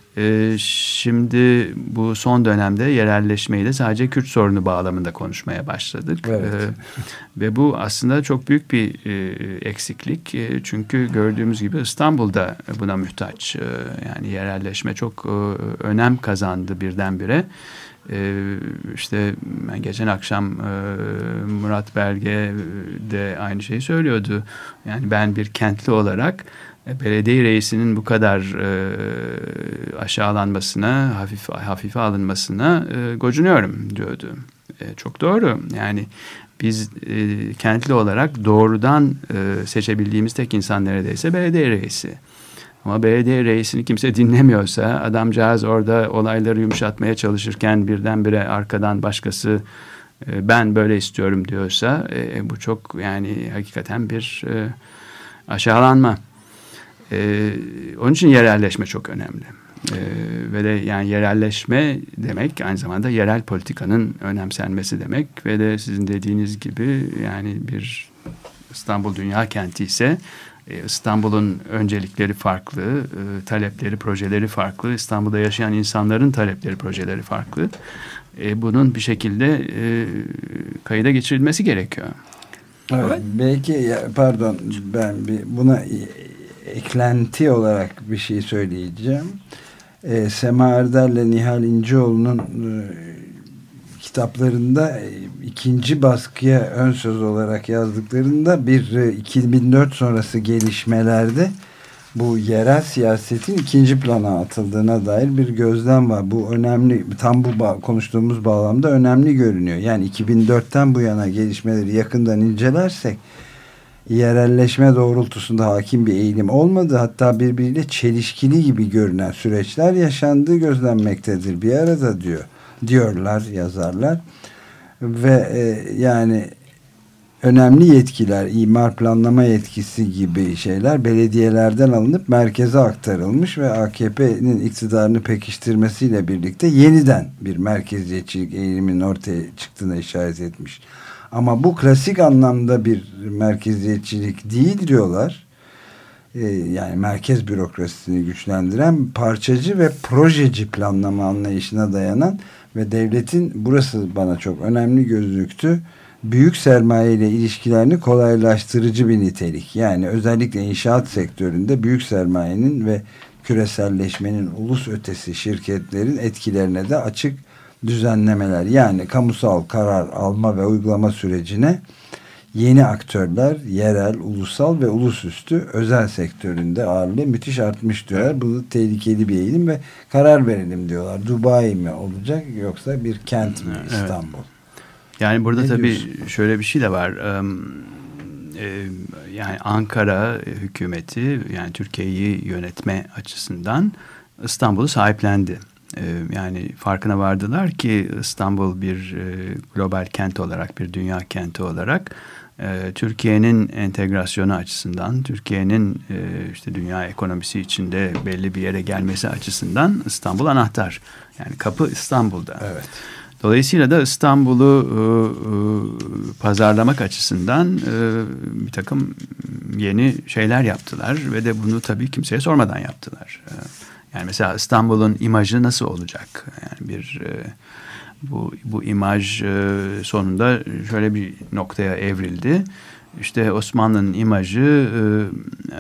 Şimdi bu son dönemde yerelleşmeyi de sadece Kürt sorunu bağlamında konuşmaya başladık. Evet. Ve bu aslında çok büyük bir eksiklik. Çünkü gördüğümüz gibi İstanbul'da buna muhtaç. Yani yerelleşme çok önem kazandı birdenbire. Ee, işte ben geçen akşam e, Murat Belge de aynı şeyi söylüyordu. Yani ben bir kentli olarak e, belediye reisinin bu kadar e, aşağılanmasına, hafif hafife alınmasına e, gocunuyorum diyordu. E, çok doğru. Yani biz e, kentli olarak doğrudan e, seçebildiğimiz tek insan neredeyse belediye reisi. Ama belediye reisini kimse dinlemiyorsa, adamcağız orada olayları yumuşatmaya çalışırken birdenbire arkadan başkası e, ben böyle istiyorum diyorsa e, bu çok yani hakikaten bir e, aşağılanma. E, onun için yerelleşme çok önemli. E, ve de yani yerelleşme demek aynı zamanda yerel politikanın önemsenmesi demek ve de sizin dediğiniz gibi yani bir İstanbul dünya kenti ise İstanbul'un öncelikleri farklı, talepleri, projeleri farklı. İstanbul'da yaşayan insanların talepleri, projeleri farklı. Bunun bir şekilde kayıda geçirilmesi gerekiyor. Evet, belki pardon ben bir buna eklenti olarak bir şey söyleyeceğim. Sema Erder'le Nihal İnceoğlu'nun kitaplarında ikinci baskıya ön söz olarak yazdıklarında bir iki bin dört sonrası gelişmelerde bu yerel siyasetin ikinci plana atıldığına dair bir gözlem var. Bu önemli, tam bu ba- konuştuğumuz bağlamda önemli görünüyor. Yani iki bin dörtten bu yana gelişmeleri yakından incelersek yerelleşme doğrultusunda hakim bir eğilim olmadı. Hatta birbiriyle çelişkili gibi görünen süreçler yaşandığı gözlenmektedir bir arada diyor. Diyorlar yazarlar ve e, yani önemli yetkiler, imar planlama yetkisi gibi şeyler belediyelerden alınıp merkeze aktarılmış ve A K P'nin iktidarını pekiştirmesiyle birlikte yeniden bir merkeziyetçilik eğiliminin ortaya çıktığına işaret etmiş. Ama bu klasik anlamda bir merkeziyetçilik değil diyorlar. Yani merkez bürokrasisini güçlendiren parçacı ve projeci planlama anlayışına dayanan ve devletin, burası bana çok önemli gözüktü, büyük sermaye ile ilişkilerini kolaylaştırıcı bir nitelik. Yani özellikle inşaat sektöründe büyük sermayenin ve küreselleşmenin ulus ötesi şirketlerin etkilerine de açık düzenlemeler. Yani kamusal karar alma ve uygulama sürecine yeni aktörler, yerel, ulusal ve ulusüstü özel sektöründe ağırlığı müthiş artmış diyorlar. Bu tehlikeli bir eğilim ve karar verelim diyorlar. Dubai mi olacak yoksa bir kent mi İstanbul? Evet. Yani burada Ne tabii diyorsun? şöyle bir şey de var. Yani Ankara hükümeti, yani Türkiye'yi yönetme açısından İstanbul'u sahiplendi. Yani farkına vardılar ki İstanbul bir global kent olarak, bir dünya kenti olarak Türkiye'nin entegrasyonu açısından, Türkiye'nin işte dünya ekonomisi içinde belli bir yere gelmesi açısından İstanbul anahtar. Yani kapı İstanbul'da. Evet. Dolayısıyla da İstanbul'u e, e, pazarlamak açısından e, bir takım yeni şeyler yaptılar ve de bunu tabii kimseye sormadan yaptılar. E, yani mesela İstanbul'un imajı nasıl olacak? Yani bir e, bu bu imaj e, sonunda şöyle bir noktaya evrildi. İşte Osmanlı'nın imajı e, e,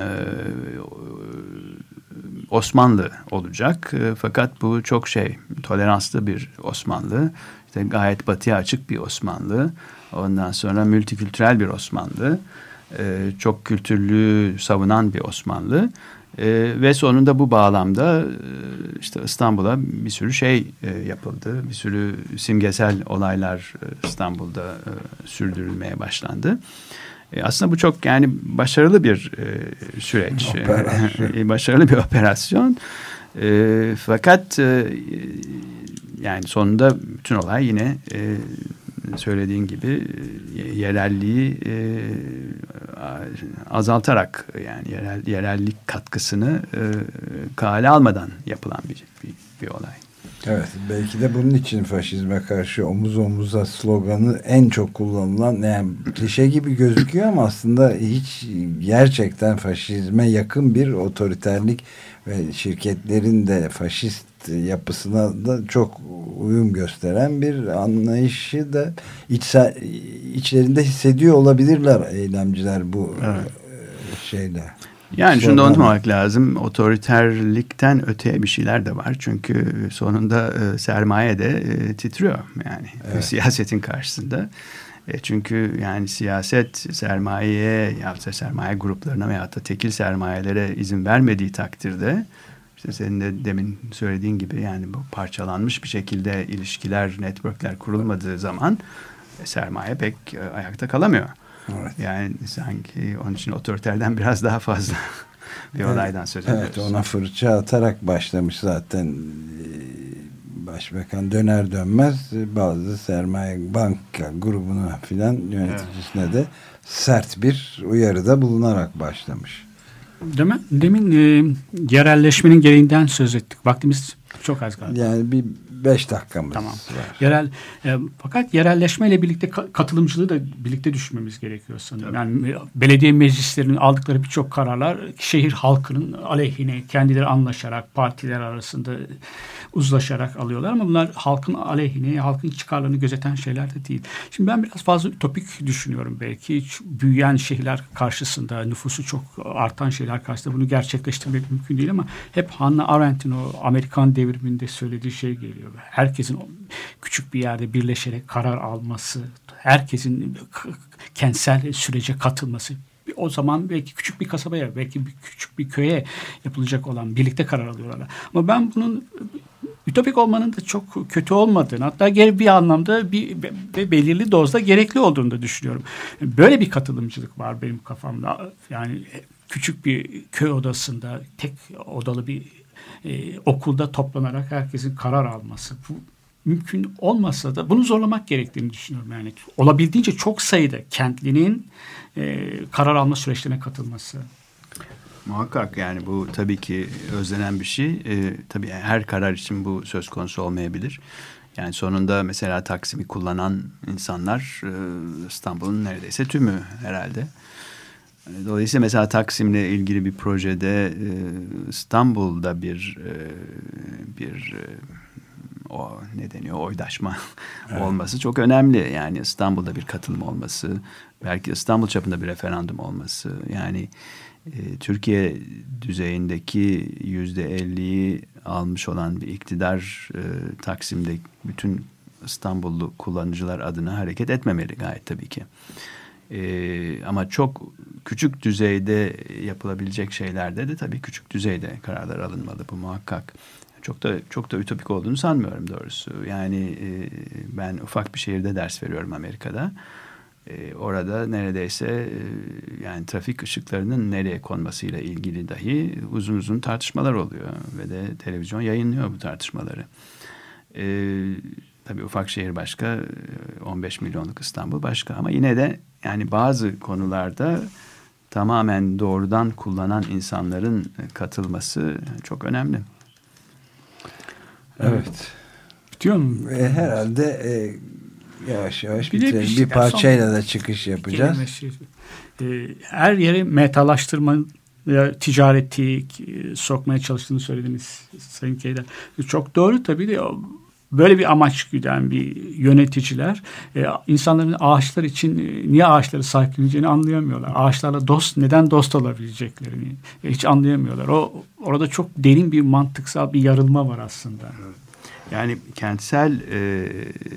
Osmanlı olacak. E, fakat bu çok şey, toleranslı bir Osmanlı. İşte gayet batıya açık bir Osmanlı. Ondan sonra multikültürel bir Osmanlı. E, çok kültürlü savunan bir Osmanlı. E, ve sonunda bu bağlamda e, işte İstanbul'a bir sürü şey e, yapıldı. Bir sürü simgesel olaylar e, İstanbul'da e, sürdürülmeye başlandı. E, aslında bu çok yani başarılı bir e, süreç. E, başarılı bir operasyon. E, fakat e, yani sonunda bütün olay yine e, söylediğin gibi e, yerelliği e, azaltarak, yani yerel, yerellik katkısını e, kale almadan yapılan bir, bir, bir olay. Evet, belki de bunun için faşizme karşı omuz omuza sloganı en çok kullanılan, yani klişe gibi gözüküyor ama aslında hiç gerçekten faşizme yakın bir otoriterlik ve şirketlerin de faşist yapısına da çok uyum gösteren bir anlayışı da içsel, içlerinde hissediyor olabilirler eylemciler bu evet. şeyle. Yani şunu da unutmamak lazım. Otoriterlikten öteye bir şeyler de var. Çünkü sonunda e, sermaye de e, titriyor. Yani evet. siyasetin karşısında. E, çünkü yani siyaset sermayeye ya da sermaye gruplarına veyahut da tekil sermayelere izin vermediği takdirde, işte senin de demin söylediğin gibi, yani bu parçalanmış bir şekilde ilişkiler, networkler kurulmadığı zaman e, sermaye pek e, ayakta kalamıyor. Evet. Yani sanki onun için otoriterden biraz daha fazla bir evet. olaydan söz ediyoruz. Evet, ona fırça atarak başlamış zaten Başbakan döner dönmez bazı sermaye banka grubuna filan yöneticisine evet. de sert bir uyarıda bulunarak başlamış. Demin, demin e, yerelleşmenin gereğinden söz ettik. Vaktimiz çok az kaldı. Yani bir beş dakikamız tamam. var. Yerel, e, fakat yerelleşmeyle birlikte katılımcılığı da birlikte düşünmemiz gerekiyor sanırım. Yani belediye meclislerinin aldıkları birçok kararlar şehir halkının aleyhine kendileri anlaşarak, partiler arasında uzlaşarak alıyorlar ama bunlar halkın aleyhine, halkın çıkarlarını gözeten şeyler de değil. Şimdi ben biraz fazla ütopik düşünüyorum belki. Büyüyen şehirler karşısında, nüfusu çok artan şehirler karşısında bunu gerçekleştirmek mümkün değil ama hep Hannah Arendt'in o Amerikan devriminde söylediği şey geliyor. Herkesin küçük bir yerde birleşerek karar alması, herkesin kentsel sürece katılması, o zaman belki küçük bir kasabaya, belki bir küçük bir köye yapılacak olan birlikte karar alıyorlar. Ama ben bunun ütopik olmanın da çok kötü olmadığını, hatta geri bir anlamda bir ve belirli dozda gerekli olduğunu da düşünüyorum. Böyle bir katılımcılık var benim kafamda. Yani küçük bir köy odasında tek odalı bir e, okulda toplanarak herkesin karar alması. Bu mümkün olmasa da bunu zorlamak gerektiğini düşünüyorum. Yani olabildiğince çok sayıda kentlinin e, karar alma süreçlerine katılması. Muhakkak, yani bu tabii ki özlenen bir şey. E, tabii her karar için bu söz konusu olmayabilir. Yani sonunda mesela Taksim'i kullanan insanlar e, İstanbul'un neredeyse tümü herhalde. Dolayısıyla mesela Taksim'le ilgili bir projede e, İstanbul'da bir e, bir e, o ne deniyor oydaşma evet. olması çok önemli. Yani İstanbul'da bir katılım olması, belki İstanbul çapında bir referandum olması. Yani e, Türkiye düzeyindeki yüzde elliyi almış olan bir iktidar e, Taksim'de bütün İstanbullu kullanıcılar adına hareket etmemeli gayet tabii ki. Ee, ama çok küçük düzeyde yapılabilecek şeylerde de tabii küçük düzeyde kararlar alınmalı, bu muhakkak. Çok da çok da ütopik olduğunu sanmıyorum doğrusu. Yani e, ben ufak bir şehirde ders veriyorum Amerika'da. E, orada neredeyse e, yani trafik ışıklarının nereye konmasıyla ilgili dahi uzun uzun tartışmalar oluyor ve de televizyon yayınlıyor bu tartışmaları. E, tabii ufak şehir başka, on beş milyonluk İstanbul başka, ama yine de yani bazı konularda tamamen doğrudan kullanan insanların katılması çok önemli. Evet. Bitiyor mu? E, herhalde e, yavaş yavaş bir bitirelim. Bir, şey, bir parçayla da çıkış yapacağız. Şey, e, her yere metalaştırma, ticareti e, sokmaya çalıştığını söylediniz Sayın Keyder. Çok doğru tabii de böyle bir amaç güden bir yöneticiler e, insanların ağaçlar için e, niye ağaçları sahipleneceğini anlayamıyorlar. Ağaçlarla dost neden dost olabileceklerini e, hiç anlayamıyorlar. O orada çok derin bir mantıksal bir yarılma var aslında. Yani kentsel e,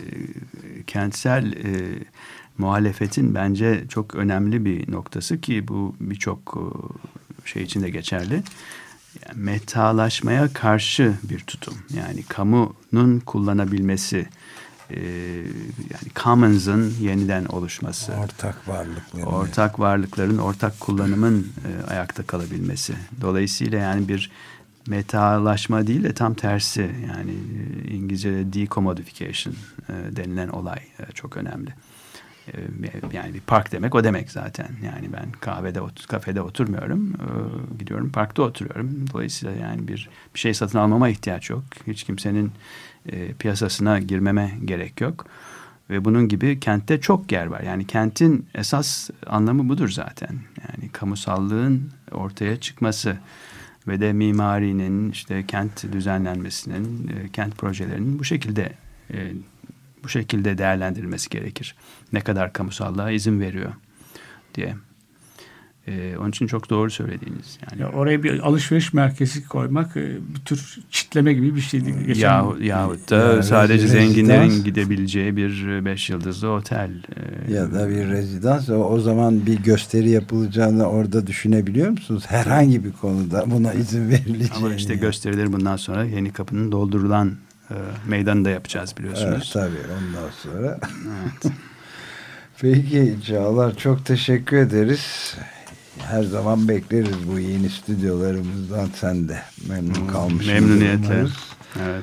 kentsel e, muhalefetin bence çok önemli bir noktası ki bu birçok şey için de geçerli. Yani metalaşmaya karşı bir tutum. Yani kamunun kullanabilmesi, e, yani commons'ın yeniden oluşması. Ortak varlıkların. Ortak varlıkların, ortak kullanımın e, ayakta kalabilmesi. Dolayısıyla yani bir metalaşma değil de tam tersi. Yani e, İngilizce'de decommodification e, denilen olay e, çok önemli. Yani bir park demek o demek zaten. Yani ben kahvede, kafede oturmuyorum. Ee, gidiyorum parkta oturuyorum. Dolayısıyla yani bir, bir şey satın almama ihtiyaç yok. Hiç kimsenin e, piyasasına girmeme gerek yok. Ve bunun gibi kentte çok yer var. Yani kentin esas anlamı budur zaten. Yani kamusallığın ortaya çıkması ve de mimarinin, işte kent düzenlenmesinin, e, kent projelerinin bu şekilde e, bu şekilde değerlendirilmesi gerekir. Ne kadar kamusallığa izin veriyor diye. Ee, onun için çok doğru söylediğiniz. Yani ya oraya bir alışveriş merkezi koymak bir tür çitleme gibi bir şeydi. Geçen Yahu, yahut da ya sadece zenginlerin gidebileceği bir beş yıldızlı otel. E, ya da bir rezidans. O, o zaman bir gösteri yapılacağını orada düşünebiliyor musunuz? Herhangi bir konuda buna izin verileceğini. Ama işte yani. Gösterileri bundan sonra Yeni Kapı'nın doldurulan meydanı da yapacağız biliyorsunuz. Evet, tabii ondan sonra. Evet. Peki Çağlar, çok teşekkür ederiz. Her zaman bekleriz bu yeni stüdyolarımızdan. Sen de memnun kalmışsın. Memnuniyetle. Evet.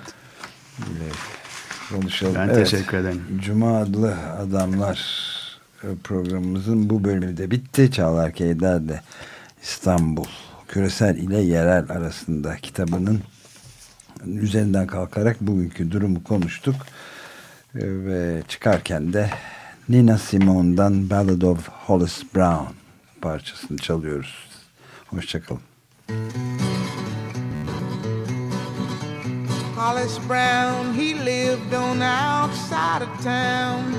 Konuşalım. Ben evet. teşekkür ederim. Cuma adlı adamlar programımızın bu bölümü de bitti. Çağlar Keyder de İstanbul küresel ile yerel arasında kitabının üzerinden kalkarak bugünkü durumu konuştuk. Ee, ve çıkarken de Nina Simone'dan Ballad of Hollis Brown parçasını çalıyoruz. Hoşçakalın. Hollis Brown, he lived on the outside of town.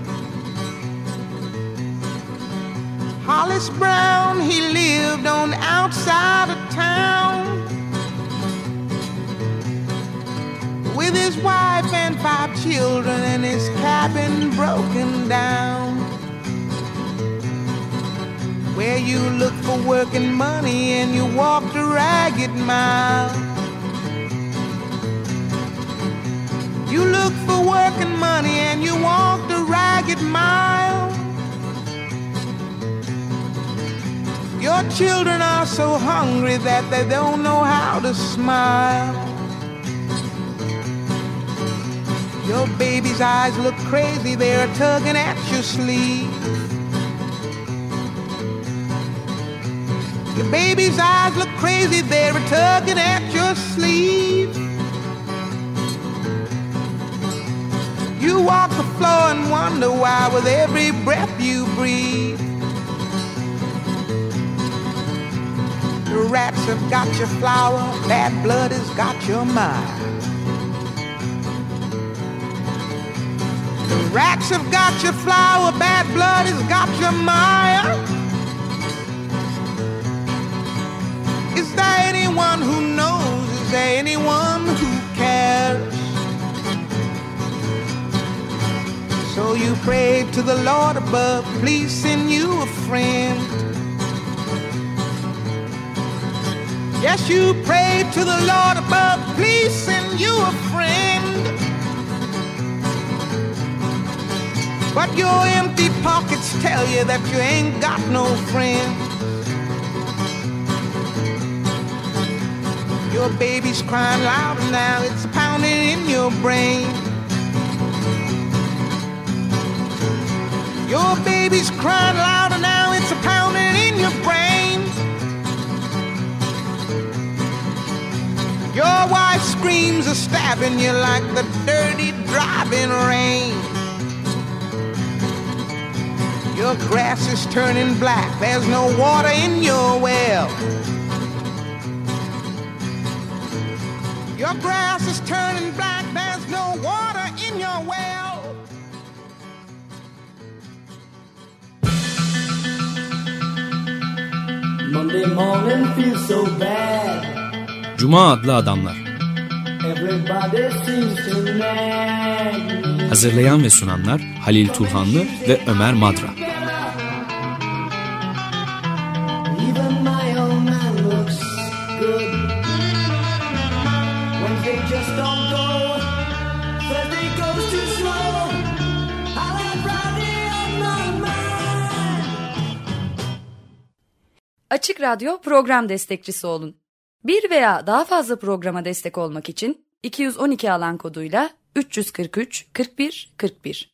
Hollis Brown, he lived on the outside of town. With his wife and five children and his cabin broken down. Where you look for work and money and you walk the ragged mile. You look for work and money and you walk the ragged mile. Your children are so hungry that they don't know how to smile. Your baby's eyes look crazy, they're tugging at your sleeve. Your baby's eyes look crazy, they're tugging at your sleeve. You walk the floor and wonder why with every breath you breathe. The rats have got your flower, bad blood has got your mind. Rats have got your flour, bad blood has got your mire. Is there anyone who knows? Is there anyone who cares? So you prayed to the Lord above, please send you a friend. Yes, you prayed to the Lord above, please send you a friend. But your empty pockets tell you that you ain't got no friend. Your baby's crying loud now, it's pounding in your brain. Your baby's crying louder now, it's a pounding in your brain. Your wife screams are stabbing you like the dirty driving rain. Your grass is turning black, there's no water in your well. Your grass is turning black, there's no water in your well. Monday morning feels so bad. Cuma adlı adamlar. Everybody seems to nag. Hazırlayan ve sunanlar Halil Turhanlı ve Ömer Madra. Even my old man looks good. Wednesday just don't go. Thursday goes too slow. I'll have Friday on my mind. Açık Radyo program destekçisi olun. Bir veya daha fazla programa destek olmak için iki yüz on iki alan koduyla üç yüz kırk üç kırk bir kırk bir